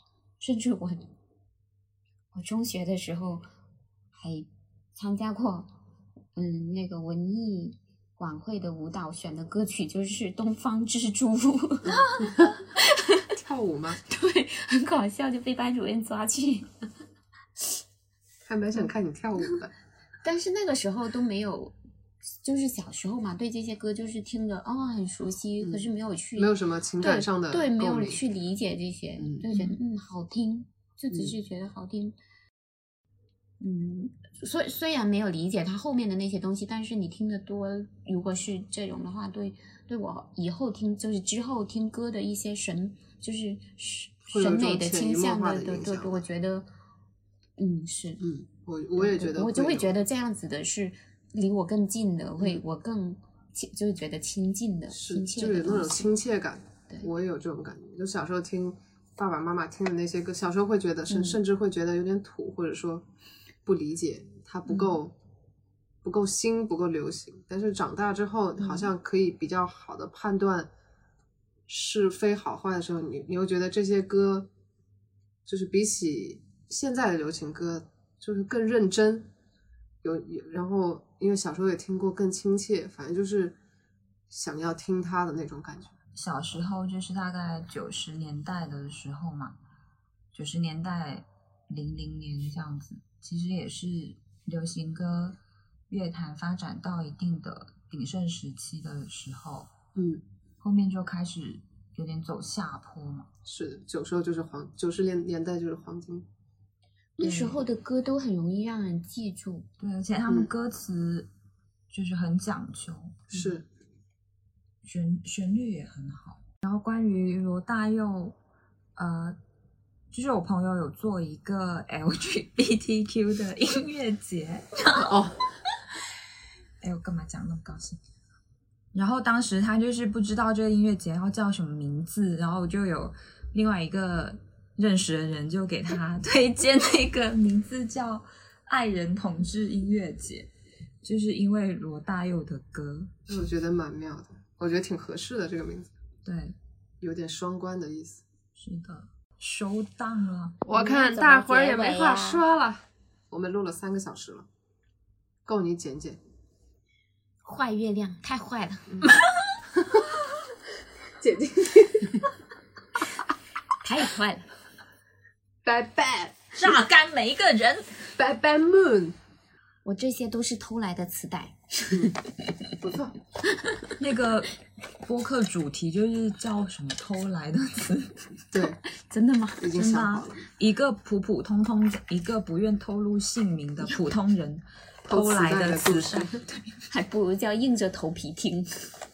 甚至我中学的时候还参加过那个文艺晚会的舞蹈，选的歌曲就是《东方之珠》 跳舞吗？ 对，很搞笑，就被班主任抓去。 还蛮想看你跳舞的。 但是那个时候都没有，就是小时候嘛，对这些歌就是听着很熟悉，可是没有什么情感上的对，没有共鸣去理解这些，就觉得好听，就只是觉得好听。虽然没有理解它后面的那些东西，但是你听得多，如果是这种的话，对我以后听就是之后听歌的一些就是审美的倾向的，我觉得是我也觉得我就会觉得这样子的是离我更近的，我更就是觉得亲近的，亲切的， 就有那种亲切感。我也有这种感觉，就小时候听爸爸妈妈听的那些歌，小时候会觉得甚至会觉得有点土，或者说不理解，它不够新，不够流行。但是长大之后好像可以比较好的判断是非好坏的时候，你又觉得这些歌就是比起现在的流行歌就是更认真，然后因为小时候也听过更亲切，反正就是想要听他的那种感觉。 小时候就是大概90年代的时候嘛，90年代00年这样子，其实也是流行歌乐坛发展到一定的鼎盛时期的时候，后面就开始有点走下坡嘛。 是的，90年代就是黄金。 那时候的歌都很容易让人记住， 对，而且他们歌词就是很讲究， 是旋律也很好。然后关于罗大佑，就是我朋友有做一个 LGBTQ 的音乐节我干嘛讲那么高兴？然后当时他就是不知道这个音乐节要叫什么名字，然后就有另外一个认识的人就给他推荐那个名字叫爱人同志音乐节，就是因为罗大佑的歌。 我觉得蛮妙的，我觉得挺合适的这个名字。 对， 有点双关的意思。 是的，收档了。 我看大伙儿也没话说了，我们录了3个小时了，够你剪剪。 坏月亮太坏了， 剪进去太坏了， 拜拜， 榨干每一个人， 拜拜 moon。 我这些都是偷来的磁带， 不错。 那个播客主题就是叫什么偷来的磁对， 真的吗？ 已经想好了。 一个普普通通，一个不愿透露姓名的普通人偷来的磁带， 还不如叫硬着头皮听。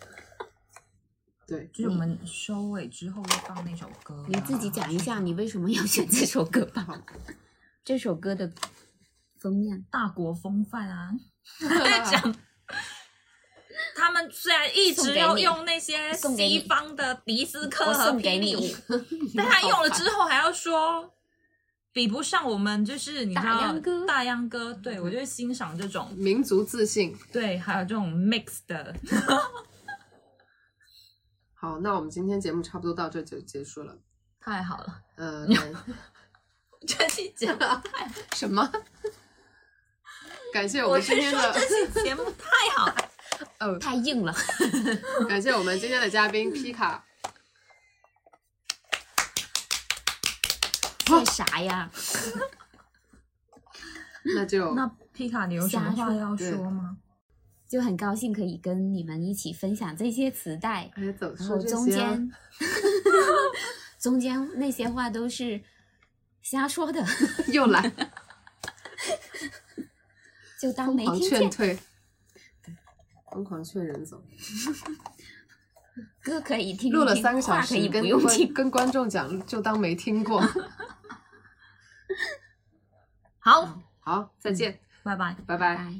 对， 就是我们收尾之后会放那首歌。 你自己讲一下，你为什么要选这首歌吧？这首歌的封面大国风范啊，讲他们虽然一直要用那些西方的迪斯科和霹雳舞，但他用了之后还要说比不上我们，就是你知道大秧歌，对，我就欣赏这种民族自信， 对，还有这种 mix 的。 好，那我们今天节目差不多到这就结束了。 太好了， 这期节目什么？感谢我们今天的这期节目太好了，太硬了。 感谢我们今天的嘉宾皮卡。 为啥呀？ 那皮卡，你有什么话要说吗？ 就很高兴可以跟你们一起分享这些磁带，然后中间那些话都是瞎说的， 又来， 就当没听见。 劝退，疯狂劝人走。 歌可以听， 录了3个小时， 不用听， 跟观众讲，就当没听过。好，再见， 拜拜， 拜拜。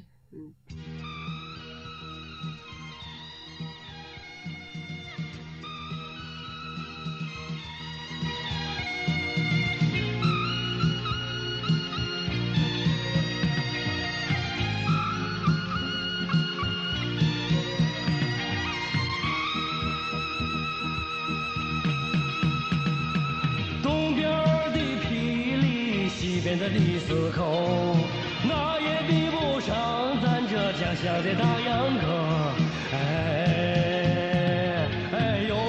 东边的在的死口，那也比不上咱这家乡的大秧歌。哎呦，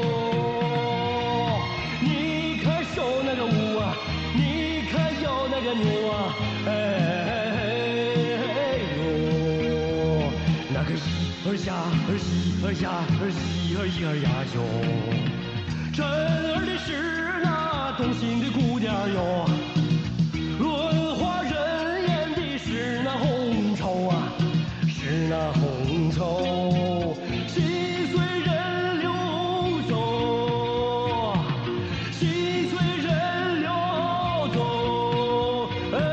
你看手那个舞啊，你看摇那个牛啊，哎呦，那个一儿下儿西儿下儿西儿一儿呀哟，真儿的是那动心的鼓点哟，轮花人眼的是那红绸啊，是那红绸，心随人流走，心随人流走，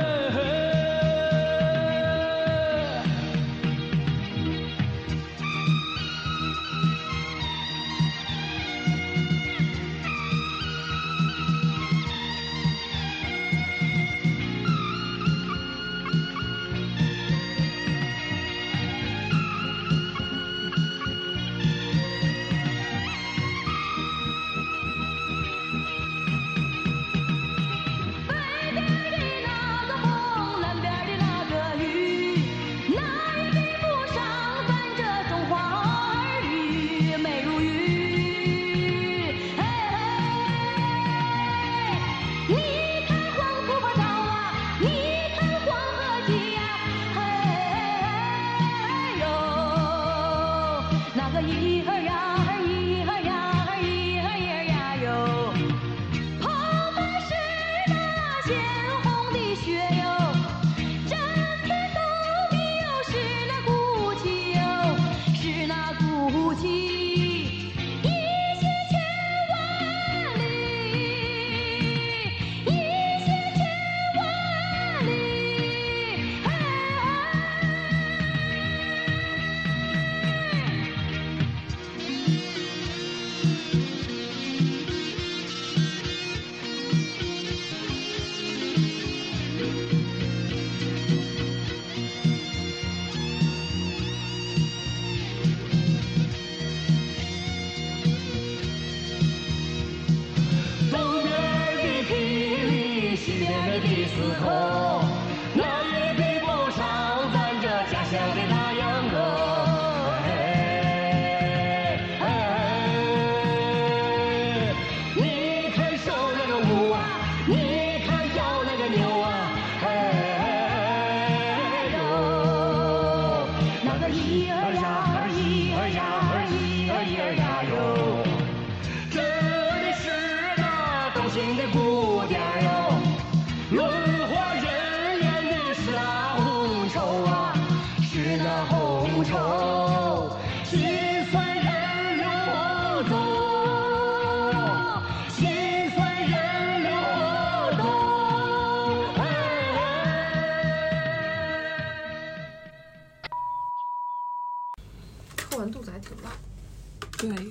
喝完肚子还挺辣。 对，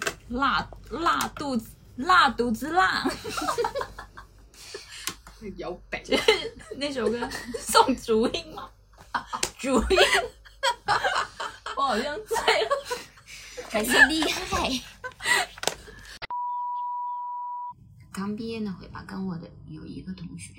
辣肚子辣。 摇摆。 那首歌送竹音吗？竹音，我好像醉了， 还是厉害。刚毕业那会吧，跟我的有一个同学，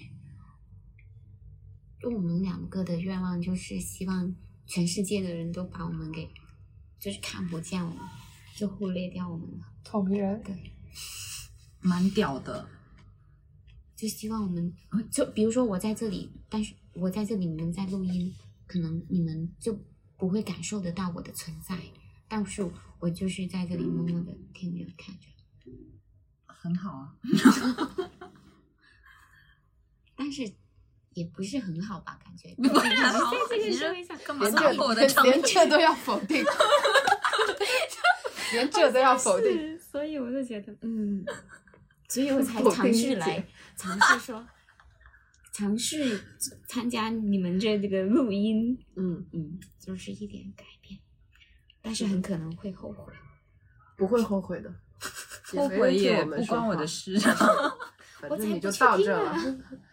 就我们两个的愿望就是希望全世界的人都把我们给，就是看不见我们，就忽略掉我们了。 统一人， 对， 蛮屌的。 就希望我们，就比如说我在这里，但是我在这里，你们在录音，可能你们就不会感受得到我的存在，但是我就是在这里默默的听着看着， 很好啊。 但是也不是很好吧，感觉。 不是很好， 在这个社会上干嘛打破我的常连这都要否定，连这都要否定， 所以我就觉得，所以我才尝试参加你们这个录音，就是一点改变，但是很可能会后悔， 不会后悔的， 后悔也不关我的事， 反正你就到这了。